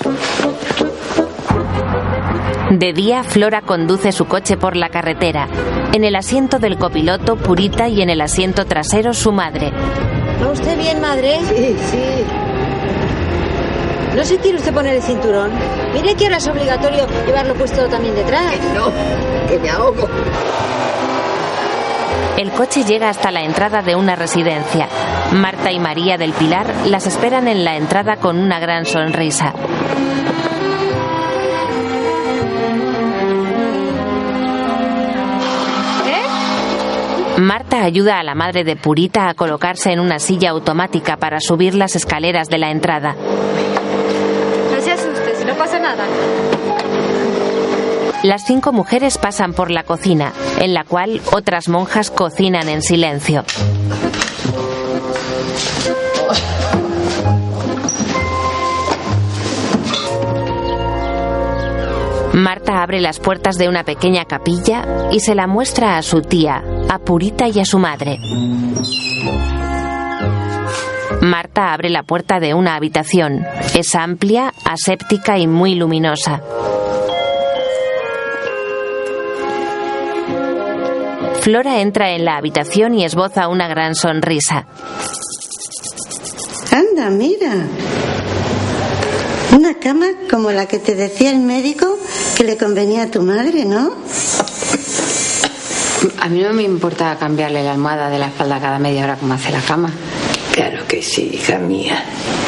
[SPEAKER 1] De día, Flora conduce su coche por la carretera. En el asiento del copiloto, Purita, y en el asiento trasero, su madre.
[SPEAKER 19] ¿Va usted bien, madre?
[SPEAKER 9] Sí.
[SPEAKER 12] ¿No se quiere usted poner el cinturón? Mire que ahora es obligatorio llevarlo puesto también detrás.
[SPEAKER 9] No, que me ahogo.
[SPEAKER 1] El coche llega hasta la entrada de una residencia. Marta y María del Pilar las esperan en la entrada con una gran sonrisa. Marta ayuda a la madre de Purita a colocarse en una silla automática para subir las escaleras de la entrada.
[SPEAKER 12] No se asuste, si no pasa nada.
[SPEAKER 1] Las 5 mujeres pasan por la cocina, en la cual otras monjas cocinan en silencio. Marta abre las puertas de una pequeña capilla y se la muestra a su tía, a Purita y a su madre. Marta abre la puerta de una habitación. Es amplia, aséptica y muy luminosa. Flora entra en la habitación y esboza una gran sonrisa.
[SPEAKER 3] Anda, mira. Una cama como la que te decía el médico que le convenía a tu madre, ¿no?
[SPEAKER 4] A mí no me importa cambiarle la almohada de la espalda cada media hora como hace la cama.
[SPEAKER 9] Claro que sí, hija mía.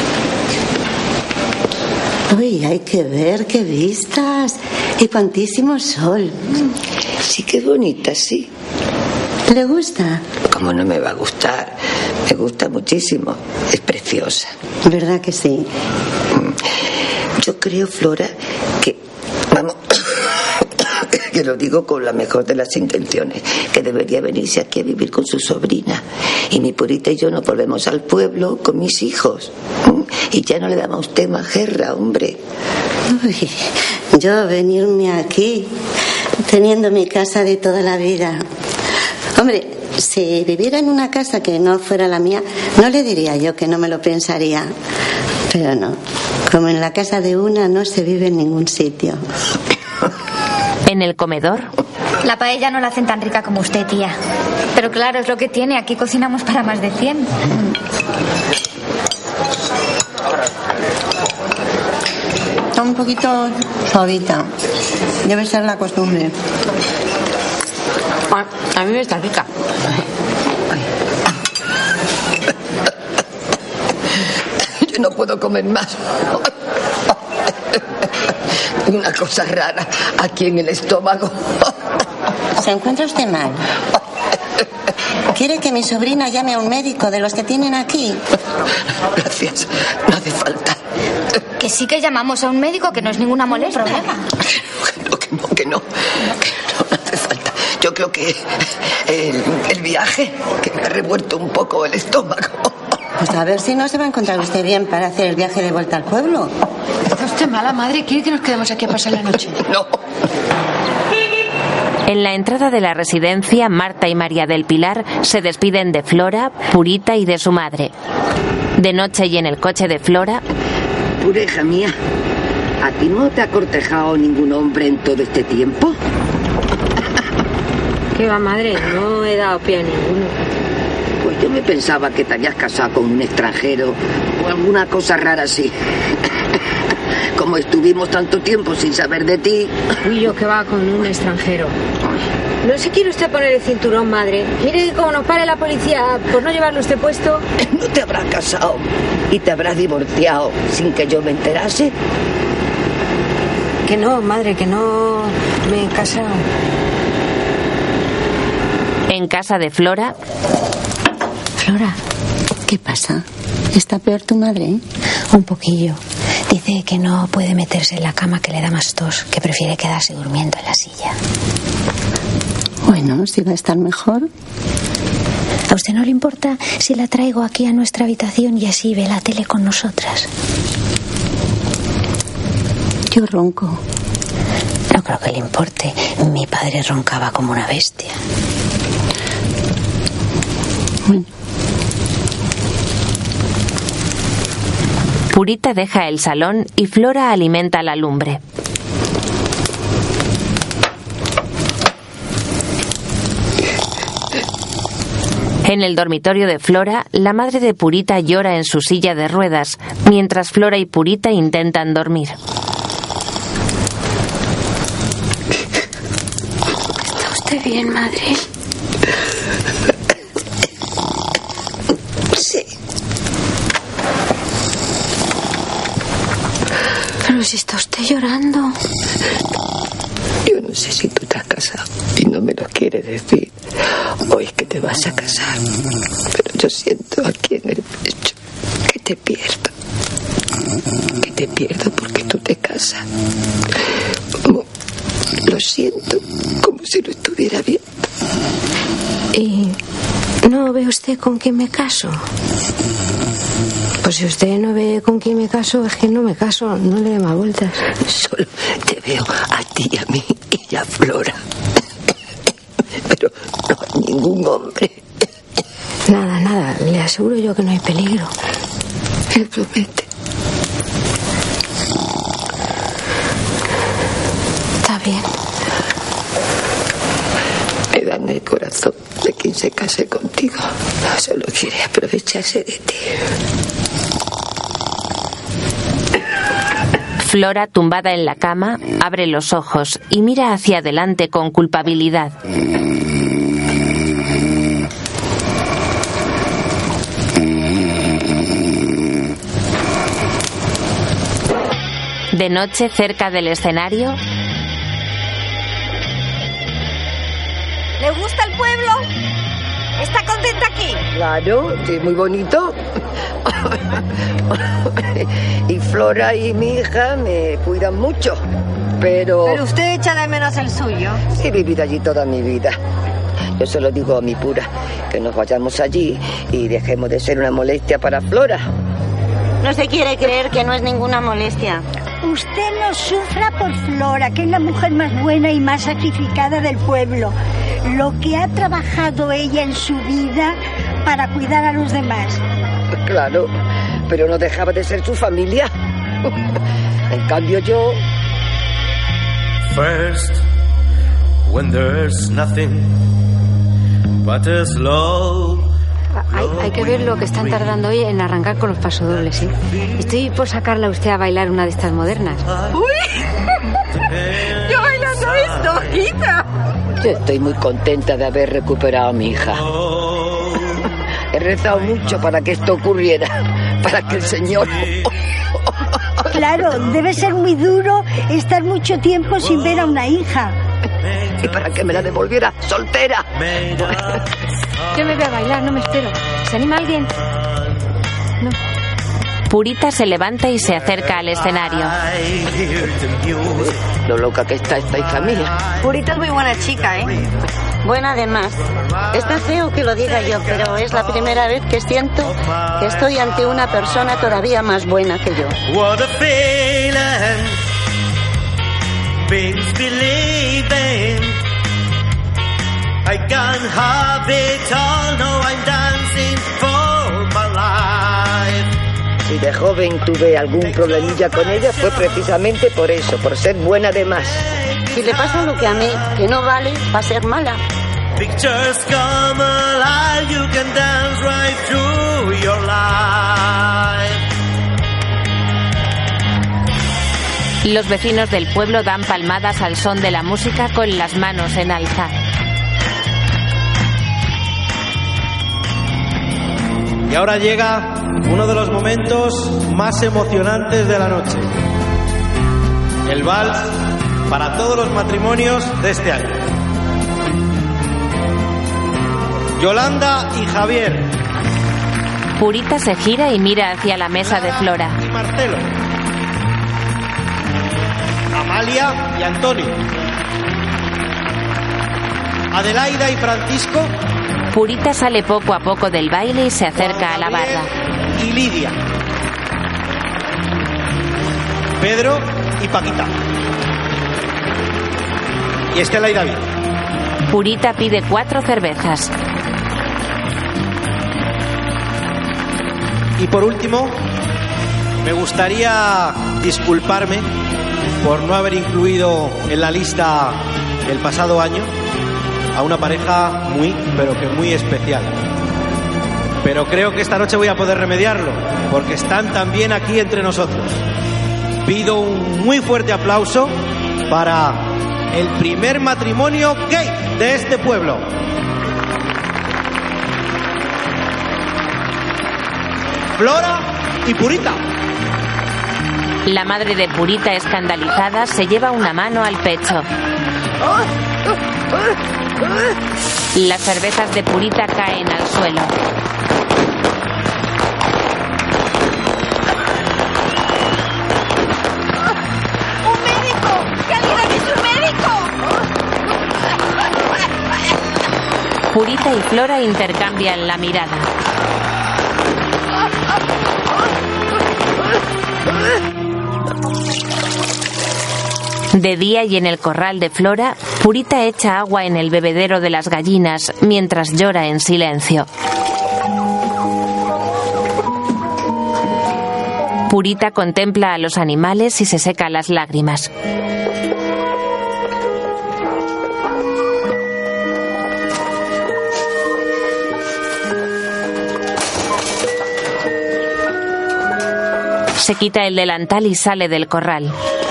[SPEAKER 3] Uy, hay que ver qué vistas y cuantísimo sol.
[SPEAKER 9] Sí, qué bonita, sí.
[SPEAKER 3] ¿Le gusta?
[SPEAKER 9] ¿Cómo no me va a gustar? Me gusta muchísimo. Es preciosa.
[SPEAKER 3] ¿Verdad que sí?
[SPEAKER 9] Yo creo, Flora, que... Vamos... que lo digo con la mejor de las intenciones, que debería venirse aquí a vivir con su sobrina. Y mi Purita y yo nos volvemos al pueblo con mis hijos. Y ya no le damos a usted más guerra, hombre.
[SPEAKER 3] Uy, yo venirme aquí, teniendo mi casa de toda la vida. Hombre, si viviera en una casa que no fuera la mía, no le diría yo que no me lo pensaría. Pero no, como en la casa de una no se vive en ningún sitio.
[SPEAKER 1] En el comedor.
[SPEAKER 2] La paella no la hacen tan rica como usted, tía. Pero claro, es lo que tiene. Aquí cocinamos para más de 100.
[SPEAKER 3] Está un poquito suavita. Debe ser la costumbre.
[SPEAKER 4] A mí me está rica.
[SPEAKER 9] Yo no puedo comer más. Una cosa rara aquí en el estómago.
[SPEAKER 3] ¿Se encuentra usted mal? ¿Quiere que mi sobrina llame a un médico de los que tienen aquí?
[SPEAKER 9] Gracias, no hace falta.
[SPEAKER 2] Que sí que llamamos a un médico, que no es ninguna molestia.
[SPEAKER 9] Que no hace falta. Yo creo que el viaje, que me ha revuelto un poco el estómago.
[SPEAKER 3] Pues a ver si no se va a encontrar usted bien para hacer el viaje de vuelta al pueblo.
[SPEAKER 4] ¿Está usted mala, madre? ¿Quiere que nos quedemos aquí a pasar la noche?
[SPEAKER 9] No.
[SPEAKER 1] En la entrada de la residencia, Marta y María del Pilar se despiden de Flora, Purita y de su madre. De noche y en el coche de Flora...
[SPEAKER 9] Pureja mía, ¿a ti no te ha cortejado ningún hombre en todo este tiempo?
[SPEAKER 12] ¿Qué va, madre? No he dado pie a ninguno.
[SPEAKER 9] Pues yo me pensaba que te habías casado con un extranjero o alguna cosa rara así. Como estuvimos tanto tiempo sin saber de ti...
[SPEAKER 12] Uy, yo que va con un extranjero. ¿No se quiere usted poner el cinturón, madre? Mire que como nos pare la policía por no llevarlo usted puesto...
[SPEAKER 9] ¿No te habrás casado y te habrás divorciado sin que yo me enterase?
[SPEAKER 12] Que no, madre, que no me he casado.
[SPEAKER 1] En casa de Flora...
[SPEAKER 3] Flora, ¿qué pasa? ¿Está peor tu madre, eh?
[SPEAKER 4] Un poquillo. Dice que no puede meterse en la cama, que le da más tos, que prefiere quedarse durmiendo en la silla.
[SPEAKER 3] Bueno, si va a estar mejor.
[SPEAKER 4] ¿A usted no le importa si la traigo aquí a nuestra habitación y así ve la tele con nosotras?
[SPEAKER 3] Yo ronco.
[SPEAKER 4] No creo que le importe. Mi padre roncaba como una bestia.
[SPEAKER 3] Bueno.
[SPEAKER 1] Purita deja el salón y Flora alimenta la lumbre. En el dormitorio de Flora, la madre de Purita llora en su silla de ruedas, mientras Flora y Purita intentan dormir.
[SPEAKER 16] ¿Está usted bien, madre?
[SPEAKER 9] Sí.
[SPEAKER 16] Pero si está usted llorando.
[SPEAKER 9] Yo no sé si tú te has casado y no me lo quieres decir. O es que te vas a casar. Pero yo siento aquí en el pecho que te pierdo. Que te pierdo porque tú te casas. Lo siento, como si lo estuviera viendo.
[SPEAKER 16] ¿Y no ve usted con quién me caso? Pues si usted no ve con quién me caso, es que no me caso, no le dé más vueltas.
[SPEAKER 9] Solo te veo a ti y a mí y a Flora. Pero no hay ningún hombre.
[SPEAKER 16] Nada, le aseguro yo que no hay peligro.
[SPEAKER 9] Me promete.
[SPEAKER 16] Está bien.
[SPEAKER 9] Me dan el corazón de quien se case contigo. Solo quiere aprovecharse de ti.
[SPEAKER 1] Flora, tumbada en la cama, abre los ojos y mira hacia adelante con culpabilidad. De noche, cerca del escenario.
[SPEAKER 13] ¿Le gusta el pueblo? ¿Está contenta aquí?
[SPEAKER 9] Claro, sí, muy bonito. Y Flora y mi hija me cuidan mucho, pero...
[SPEAKER 13] Pero usted echa de menos el suyo.
[SPEAKER 9] Sí, he vivido allí toda mi vida. Yo solo digo a mi Pura que nos vayamos allí y dejemos de ser una molestia para Flora.
[SPEAKER 8] No se quiere creer que no es ninguna molestia.
[SPEAKER 7] Usted no sufra por Flora, que es la mujer más buena y más sacrificada del pueblo. Lo que ha trabajado ella en su vida para cuidar a los demás.
[SPEAKER 9] Claro, pero no dejaba de ser su familia. En cambio yo...
[SPEAKER 14] First, when there's nothing but a slow...
[SPEAKER 16] Hay que ver lo que están tardando hoy en arrancar con los pasodobles, ¿eh? Estoy por sacarla a usted a bailar una de estas modernas.
[SPEAKER 13] ¡Uy! ¡Yo bailando esto, hija!
[SPEAKER 9] Yo estoy muy contenta de haber recuperado a mi hija. He rezado mucho para que esto ocurriera, para que el Señor...
[SPEAKER 7] Claro, debe ser muy duro estar mucho tiempo sin ver a una hija.
[SPEAKER 9] Y para que me la devolviera soltera.
[SPEAKER 16] Yo me voy a bailar, no me espero. ¿Se anima alguien? No.
[SPEAKER 1] Purita se levanta y se acerca al escenario.
[SPEAKER 9] Lo loca que está esta hija mía.
[SPEAKER 13] Purita es muy buena chica, ¿eh?
[SPEAKER 8] Buena además. Está feo que lo diga yo, pero es la primera vez que siento que estoy ante una persona todavía más buena que yo.
[SPEAKER 14] What a feeling, being believing. I can't have it all, no, I'm dancing for my life.
[SPEAKER 9] Si de joven tuve algún problemilla con ella fue precisamente por eso, por ser buena de más.
[SPEAKER 8] Si le pasa lo que a mí, que no vale, va a ser mala.
[SPEAKER 14] Pictures come alive, you can dance right through your life.
[SPEAKER 1] Los vecinos del pueblo dan palmadas al son de la música con las manos en alza.
[SPEAKER 15] Y ahora llega uno de los momentos más emocionantes de la noche. El vals para todos los matrimonios de este año. Yolanda y Javier.
[SPEAKER 1] Purita se gira y mira hacia la mesa de Flora.
[SPEAKER 15] Y Marcelo. Amalia y Antonio. Adelaida y Francisco.
[SPEAKER 1] Purita sale poco a poco del baile y se acerca a la barra.
[SPEAKER 15] Y Lidia. Pedro y Paquita. Y Estela y David.
[SPEAKER 1] Purita pide 4 cervezas.
[SPEAKER 15] Y por último, me gustaría disculparme por no haber incluido en la lista el pasado año a una pareja muy, pero que muy especial. pero creo que esta noche voy a poder remediarlo, porque están también aquí entre nosotros. Pido un muy fuerte aplauso para el primer matrimonio gay de este pueblo. Flora y Purita.
[SPEAKER 1] La madre de Purita, escandalizada, se lleva una mano al pecho. Las cervezas de Purita caen al suelo.
[SPEAKER 13] ¡Un médico! ¡Que alguien aquí es un médico!
[SPEAKER 1] Purita y Flora intercambian la mirada. De día y en el corral de Flora, Purita echa agua en el bebedero de las gallinas mientras llora en silencio. Purita contempla a los animales y se seca las lágrimas. Se quita el delantal y sale del corral.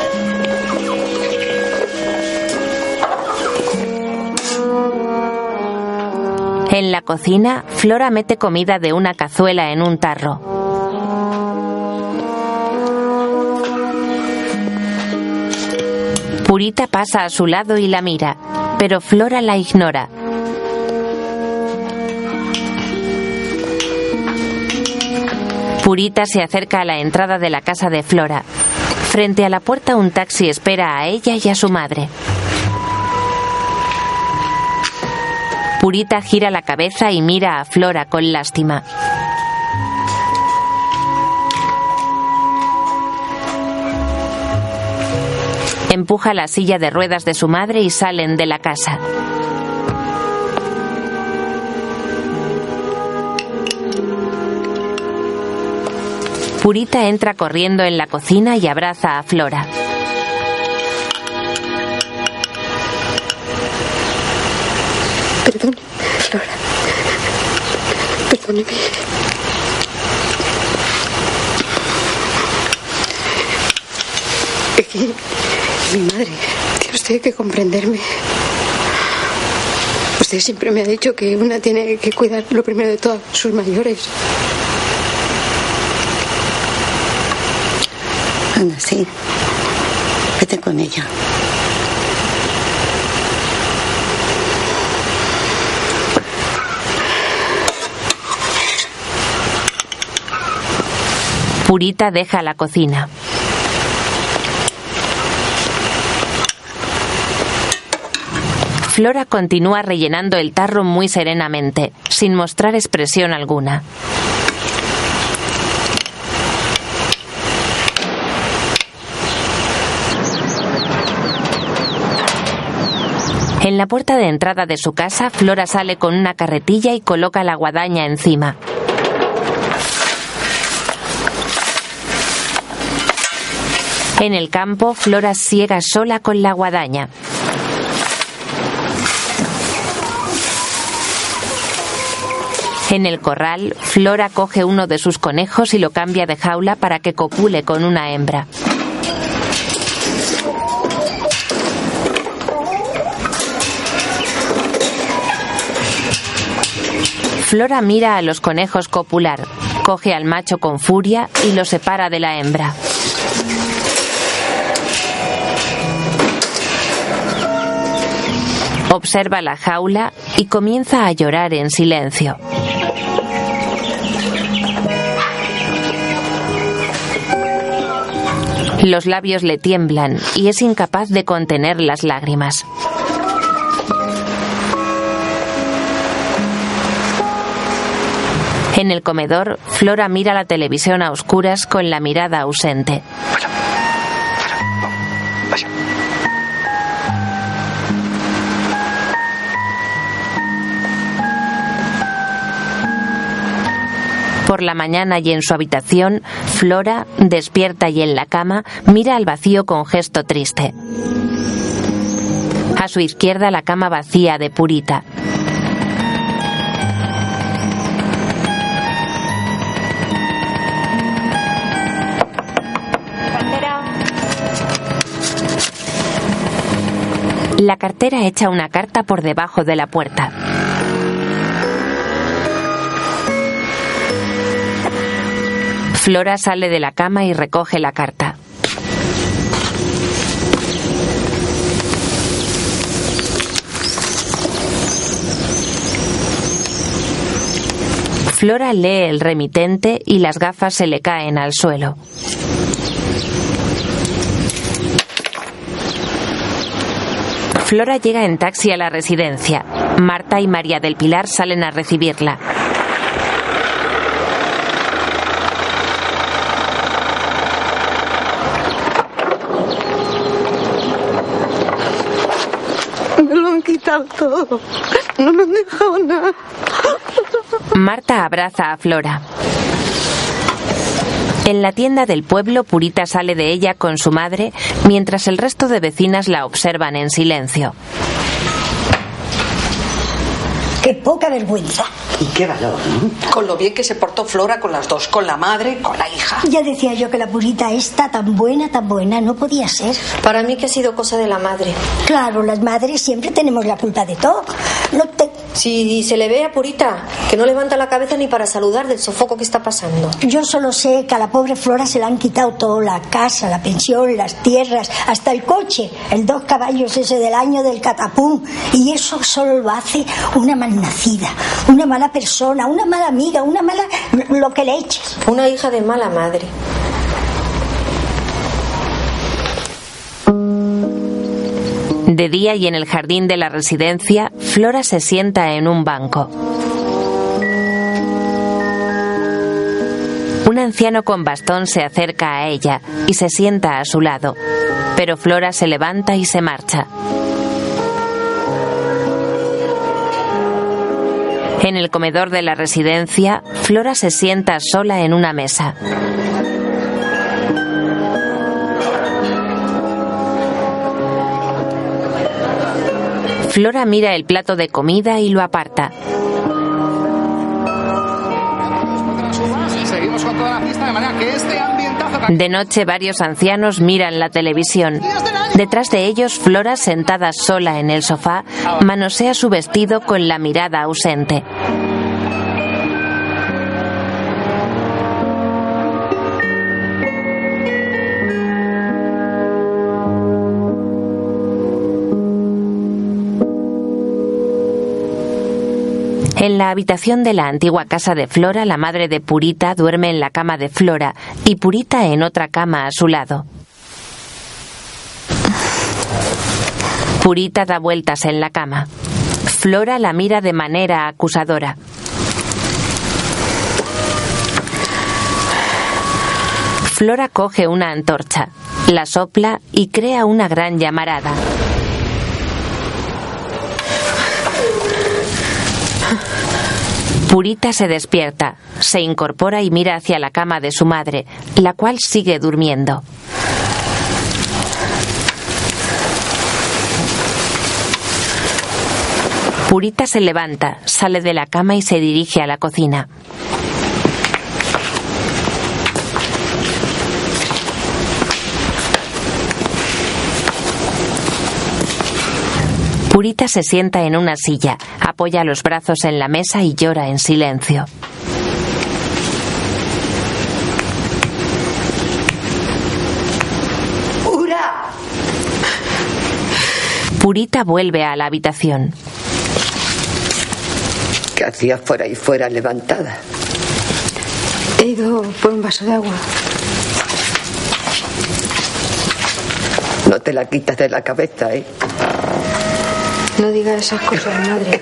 [SPEAKER 1] En la cocina, Flora mete comida de una cazuela en un tarro. Purita pasa a su lado y la mira, pero Flora la ignora. Purita se acerca a la entrada de la casa de Flora. Frente a la puerta, un taxi espera a ella y a su madre. Purita gira la cabeza y mira a Flora con lástima. Empuja la silla de ruedas de su madre y salen de la casa. Purita entra corriendo en la cocina y abraza a Flora.
[SPEAKER 4] Perdone, Flora. Perdóneme. Es que mi madre, tiene usted que comprenderme. Usted siempre me ha dicho que una tiene que cuidar lo primero de todo, sus mayores.
[SPEAKER 3] Anda, sí. Vete con ella.
[SPEAKER 1] Purita deja la cocina. Flora continúa rellenando el tarro muy serenamente, sin mostrar expresión alguna. En la puerta de entrada de su casa, Flora sale con una carretilla y coloca la guadaña encima. En el campo, Flora siega sola con la guadaña. En el corral, Flora coge uno de sus conejos y lo cambia de jaula para que copule con una hembra. Flora mira a los conejos copular, coge al macho con furia y lo separa de la hembra. Observa la jaula y comienza a llorar en silencio. Los labios le tiemblan y es incapaz de contener las lágrimas. En el comedor, Flora mira la televisión a oscuras con la mirada ausente. Por la mañana y en su habitación, Flora, despierta y en la cama, mira al vacío con gesto triste. A su izquierda, la cama vacía de Purita. La cartera echa una carta por debajo de la puerta. Flora sale de la cama y recoge la carta. Flora lee el remitente y las gafas se le caen al suelo. Flora llega en taxi a la residencia. Marta y María del Pilar salen a recibirla.
[SPEAKER 3] Me lo han quitado todo. No me han dejado nada.
[SPEAKER 1] Marta abraza a Flora. En la tienda del pueblo, Purita sale de ella con su madre, mientras el resto de vecinas la observan en silencio.
[SPEAKER 7] ¡Qué poca vergüenza!
[SPEAKER 20] Y qué valor, ¿no? Con lo bien que se portó Flora con las dos, con la madre, con la hija.
[SPEAKER 7] Ya decía yo que la Purita esta tan buena, no podía ser.
[SPEAKER 19] Para mí que ha sido cosa de la madre.
[SPEAKER 7] Claro, las madres siempre tenemos la culpa de todo.
[SPEAKER 19] Si se le ve a Purita, que no levanta la cabeza ni para saludar del sofoco que está pasando.
[SPEAKER 7] Yo solo sé que a la pobre Flora se le han quitado todo, la casa, la pensión, las tierras, hasta el coche, el 2 caballos ese del año del catapum. Y eso solo lo hace una malnacida, una mala persona, una mala amiga, una mala... lo que le eches.
[SPEAKER 19] Una hija de mala madre.
[SPEAKER 1] De día y en el jardín de la residencia, Flora se sienta en un banco. Un anciano con bastón se acerca a ella y se sienta a su lado, pero Flora se levanta y se marcha. En el comedor de la residencia, Flora se sienta sola en una mesa. Flora mira el plato de comida y lo aparta. De noche, varios ancianos miran la televisión. Detrás de ellos, Flora, sentada sola en el sofá, manosea su vestido con la mirada ausente. En la habitación de la antigua casa de Flora, la madre de Purita duerme en la cama de Flora y Purita en otra cama a su lado. Purita da vueltas en la cama. Flora la mira de manera acusadora. Flora coge una antorcha, la sopla y crea una gran llamarada. Purita se despierta, se incorpora y mira hacia la cama de su madre, la cual sigue durmiendo. Purita se levanta, sale de la cama y se dirige a la cocina. Purita se sienta en una silla, apoya los brazos en la mesa y llora en silencio.
[SPEAKER 7] ¡Pura!
[SPEAKER 1] Purita vuelve a la habitación.
[SPEAKER 9] ¿Qué hacías por ahí fuera levantada?
[SPEAKER 4] He ido por un vaso de agua.
[SPEAKER 9] No te la quitas de la cabeza, ¿eh?
[SPEAKER 4] No digas esas cosas, madre.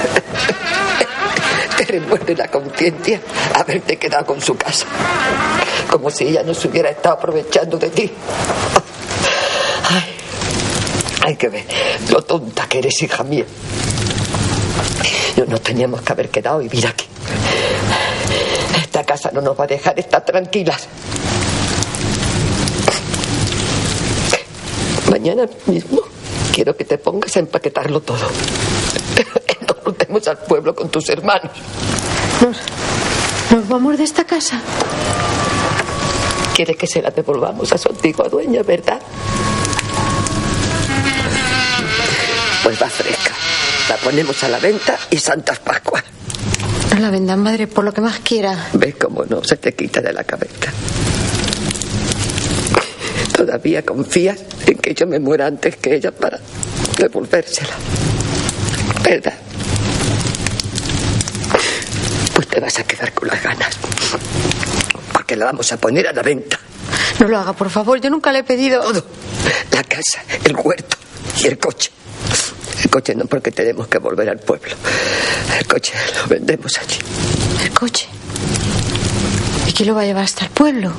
[SPEAKER 9] Te remuerde la conciencia haberte quedado con su casa. Como si ella no se hubiera estado aprovechando de ti. Ay, hay que ver lo tonta que eres, hija mía. No nos teníamos que haber quedado y vivir aquí. Esta casa no nos va a dejar estar tranquilas. Mañana mismo quiero que te pongas a empaquetarlo todo. Nos volvemos al pueblo con tus hermanos.
[SPEAKER 4] ¿Nos vamos de esta casa?
[SPEAKER 9] Quieres que se la devolvamos a su antigua dueña, ¿verdad? La ponemos a la venta y Santas Pascuas.
[SPEAKER 4] No la vendan, madre, por lo que más quiera.
[SPEAKER 9] ¿Ves cómo no se te quita de la cabeza? Todavía confías en que yo me muera antes que ella para devolvérsela, ¿verdad? Pues te vas a quedar con las ganas, porque la vamos a poner a la venta.
[SPEAKER 4] No lo haga, por favor, yo nunca le he pedido...
[SPEAKER 9] Todo, la casa, el huerto y el coche. El coche no, porque tenemos que volver al pueblo. El coche lo vendemos allí.
[SPEAKER 4] ¿El coche? ¿Y quién lo va a llevar hasta el pueblo?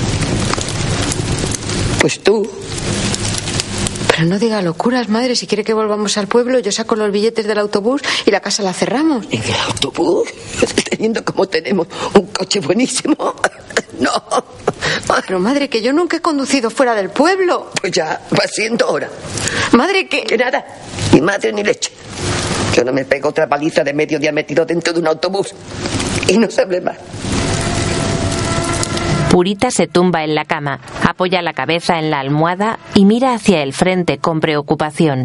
[SPEAKER 9] Pues tú.
[SPEAKER 4] Pero no diga locuras, madre. Si quiere que volvamos al pueblo, yo saco los billetes del autobús y la casa la cerramos.
[SPEAKER 9] ¿En el autobús? Teniendo como tenemos un coche buenísimo. No.
[SPEAKER 4] Pero madre, que yo nunca he conducido fuera del pueblo.
[SPEAKER 9] Pues ya va siendo hora.
[SPEAKER 4] Madre, que
[SPEAKER 9] nada, ni madre ni leche. Yo no me pego otra paliza de mediodía metido dentro de un autobús. Y no se hable más.
[SPEAKER 1] Purita se tumba en la cama, apoya la cabeza en la almohada y mira hacia el frente con preocupación.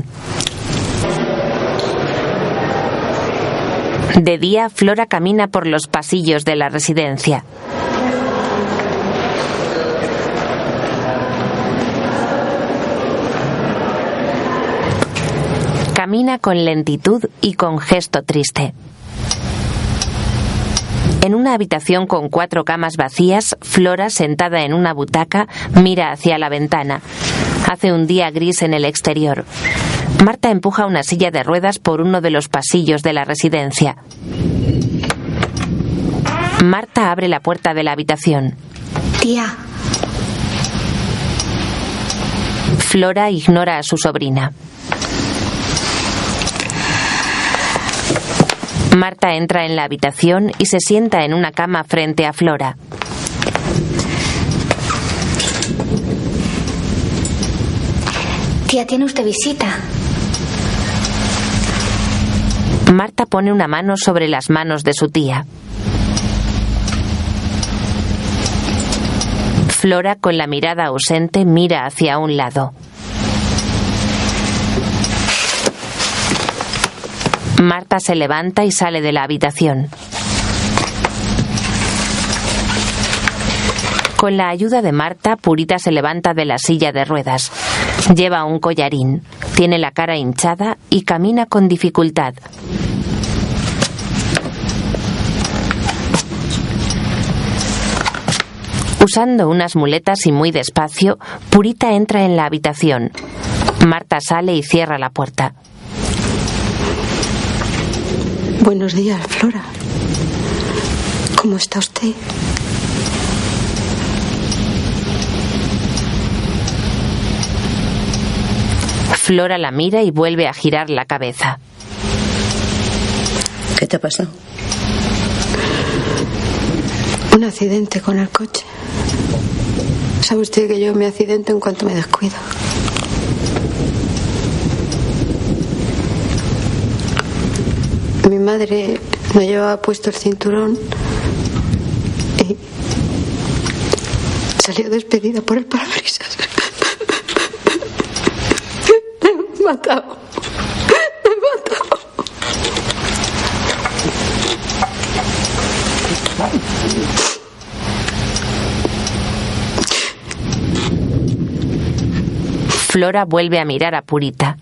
[SPEAKER 1] De día, Flora camina por los pasillos de la residencia. Camina con lentitud y con gesto triste. En una habitación con 4 camas vacías, Flora, sentada en una butaca, mira hacia la ventana. Hace un día gris en el exterior. Marta empuja una silla de ruedas por uno de los pasillos de la residencia. Marta abre la puerta de la habitación.
[SPEAKER 2] Tía.
[SPEAKER 1] Flora ignora a su sobrina. Marta entra en la habitación y se sienta en una cama frente a Flora.
[SPEAKER 2] Tía, ¿tiene usted visita?
[SPEAKER 1] Marta pone una mano sobre las manos de su tía. Flora, con la mirada ausente, mira hacia un lado. Marta se levanta y sale de la habitación. Con la ayuda de Marta, Purita se levanta de la silla de ruedas. Lleva un collarín, tiene la cara hinchada y camina con dificultad. Usando unas muletas y muy despacio, Purita entra en la habitación. Marta sale y cierra la puerta.
[SPEAKER 4] Buenos días, Flora. ¿Cómo está usted?
[SPEAKER 1] Flora la mira y vuelve a girar la cabeza.
[SPEAKER 3] ¿Qué te ha pasado?
[SPEAKER 4] Un accidente con el coche. ¿Sabe usted que yo me accidento en cuanto me descuido? Mi madre no llevaba puesto el cinturón y salió despedida por el parabrisas. Me he matado. Me he matado.
[SPEAKER 1] Flora vuelve a mirar a Purita.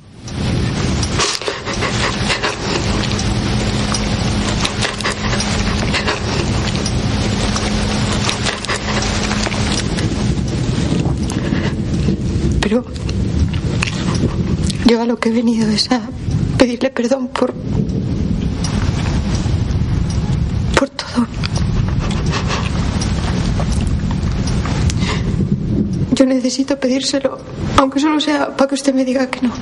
[SPEAKER 4] Pero yo a lo que he venido es a pedirle perdón por todo. Yo necesito pedírselo, aunque solo sea para que usted me diga que no.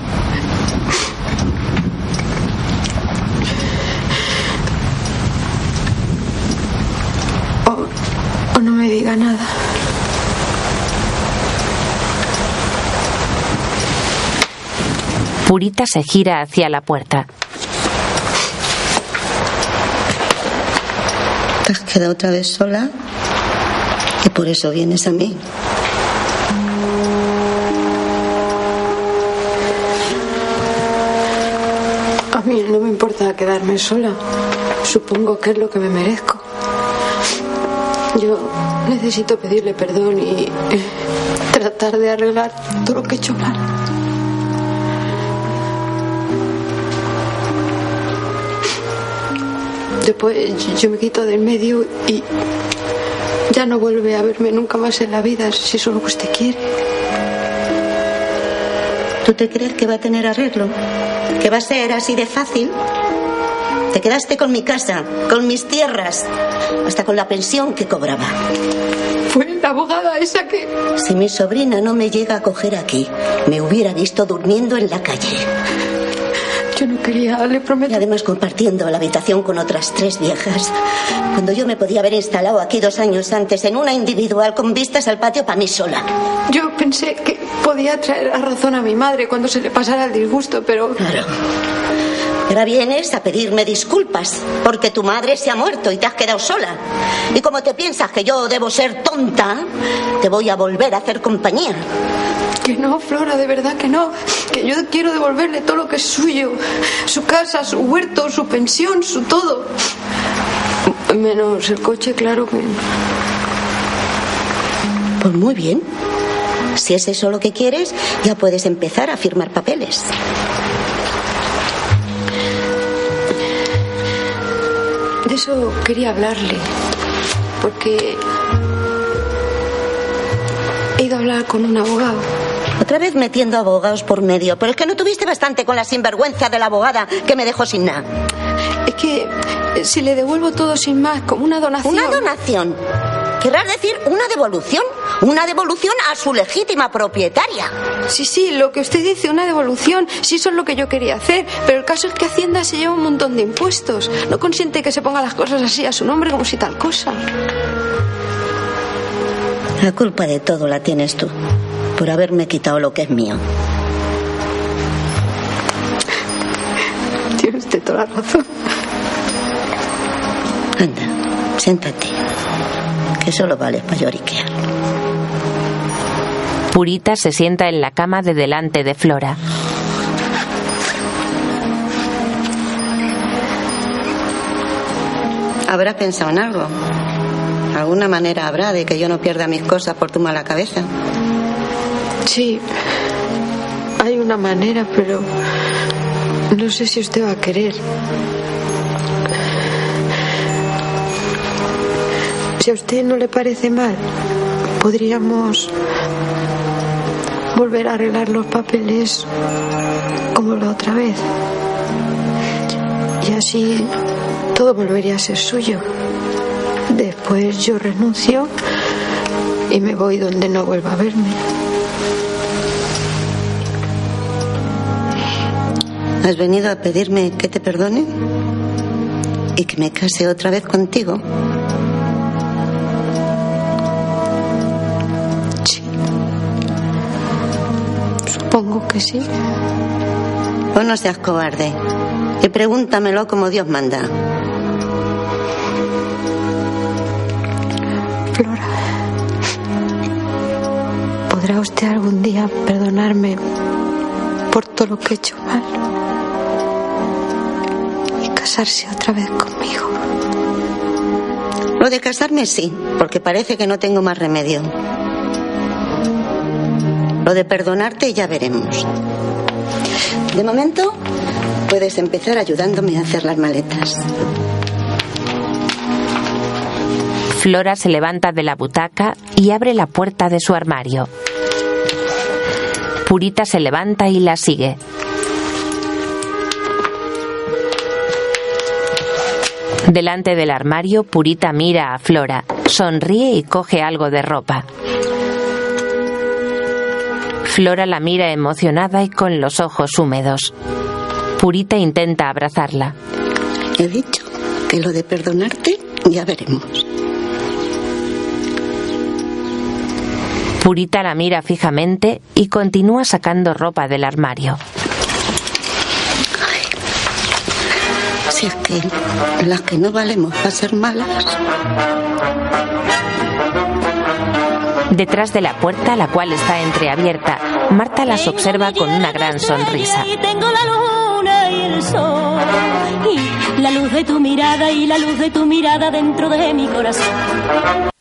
[SPEAKER 4] O no me diga nada.
[SPEAKER 1] Purita se gira hacia la puerta.
[SPEAKER 3] ¿Te has quedado otra vez sola? ¿Y por eso vienes a mí?
[SPEAKER 4] A mí no me importa quedarme sola. Supongo que es lo que me merezco. Yo necesito pedirle perdón y tratar de arreglar todo lo que he hecho mal. Después yo me quito del medio y ya no vuelve a verme nunca más en la vida, si eso es lo que usted quiere.
[SPEAKER 3] ¿Tú te crees que va a tener arreglo? ¿Que va a ser así de fácil? Te quedaste con mi casa, con mis tierras, hasta con la pensión que cobraba.
[SPEAKER 4] Fue la abogada esa que...
[SPEAKER 3] Si mi sobrina no me llega a coger aquí, me hubiera visto durmiendo en la calle.
[SPEAKER 4] Yo no quería, le prometo.
[SPEAKER 3] Y además compartiendo la habitación con otras 3 viejas. Cuando yo me podía haber instalado aquí 2 años antes en una individual con vistas al patio para mí sola.
[SPEAKER 4] Yo pensé que podía traer a razón a mi madre cuando se le pasara el disgusto, pero...
[SPEAKER 3] Claro. Ahora vienes a pedirme disculpas porque tu madre se ha muerto y te has quedado sola. Y como te piensas que yo debo ser tonta, te voy a volver a hacer compañía.
[SPEAKER 4] Que no, Flora, de verdad que no. Que yo quiero devolverle todo lo que es suyo. Su casa, su huerto, su pensión, su todo. Menos el coche, claro que...
[SPEAKER 3] Pues muy bien. Si es eso lo que quieres, ya puedes empezar a firmar papeles.
[SPEAKER 4] De eso quería hablarle, porque he ido a hablar con un abogado.
[SPEAKER 3] Otra vez metiendo abogados por medio, pero es que no tuviste bastante con la sinvergüenza de la abogada que me dejó sin nada.
[SPEAKER 4] Es que si le devuelvo todo sin más, como una donación...
[SPEAKER 3] ¿Una donación? ¿Querrás decir una devolución? Una devolución a su legítima propietaria.
[SPEAKER 4] Sí, lo que usted dice, una devolución. Sí, eso es lo que yo quería hacer. Pero el caso es que Hacienda se lleva un montón de impuestos. No consiente que se pongan las cosas así a su nombre como si tal cosa.
[SPEAKER 3] La culpa de todo la tienes tú, por haberme quitado lo que es mío.
[SPEAKER 4] Tiene usted toda la razón.
[SPEAKER 3] Anda, siéntate, que solo vales para lloriquear.
[SPEAKER 1] Purita se sienta en la cama de delante de Flora.
[SPEAKER 3] ¿Habrás pensado en algo? ¿Alguna manera habrá de que yo no pierda mis cosas por tu mala cabeza?
[SPEAKER 4] Sí, hay una manera, pero no sé si usted va a querer. Si a usted no le parece mal, podríamos volver a arreglar los papeles como la otra vez. Y así todo volvería a ser suyo. Después yo renuncio y me voy donde no vuelva a verme.
[SPEAKER 3] ¿Has venido a pedirme que te perdone? ¿Y que me case otra vez contigo?
[SPEAKER 4] Sí. Supongo que sí.
[SPEAKER 3] Pues no seas cobarde y pregúntamelo como Dios manda.
[SPEAKER 4] Flora, ¿podrá usted algún día perdonarme por todo lo que he hecho mal y casarse otra vez conmigo?
[SPEAKER 3] Lo de casarme sí, porque parece que no tengo más remedio. Lo de perdonarte ya veremos. De momento, puedes empezar ayudándome a hacer las maletas.
[SPEAKER 1] Flora se levanta de la butaca y abre la puerta de su armario. Purita se levanta y la sigue. Delante del armario, Purita mira a Flora, sonríe y coge algo de ropa. Flora la mira emocionada y con los ojos húmedos. Purita intenta abrazarla.
[SPEAKER 3] He dicho que lo de perdonarte ya veremos.
[SPEAKER 1] Purita la mira fijamente y continúa sacando ropa del armario.
[SPEAKER 3] Ay, si es que las que no valemos para ser malas.
[SPEAKER 1] Detrás de la puerta, la cual está entreabierta, Marta las observa con una gran sonrisa.
[SPEAKER 13] Tengo la luna
[SPEAKER 5] y el sol. Y la luz de tu mirada y la luz de tu mirada dentro de mi corazón.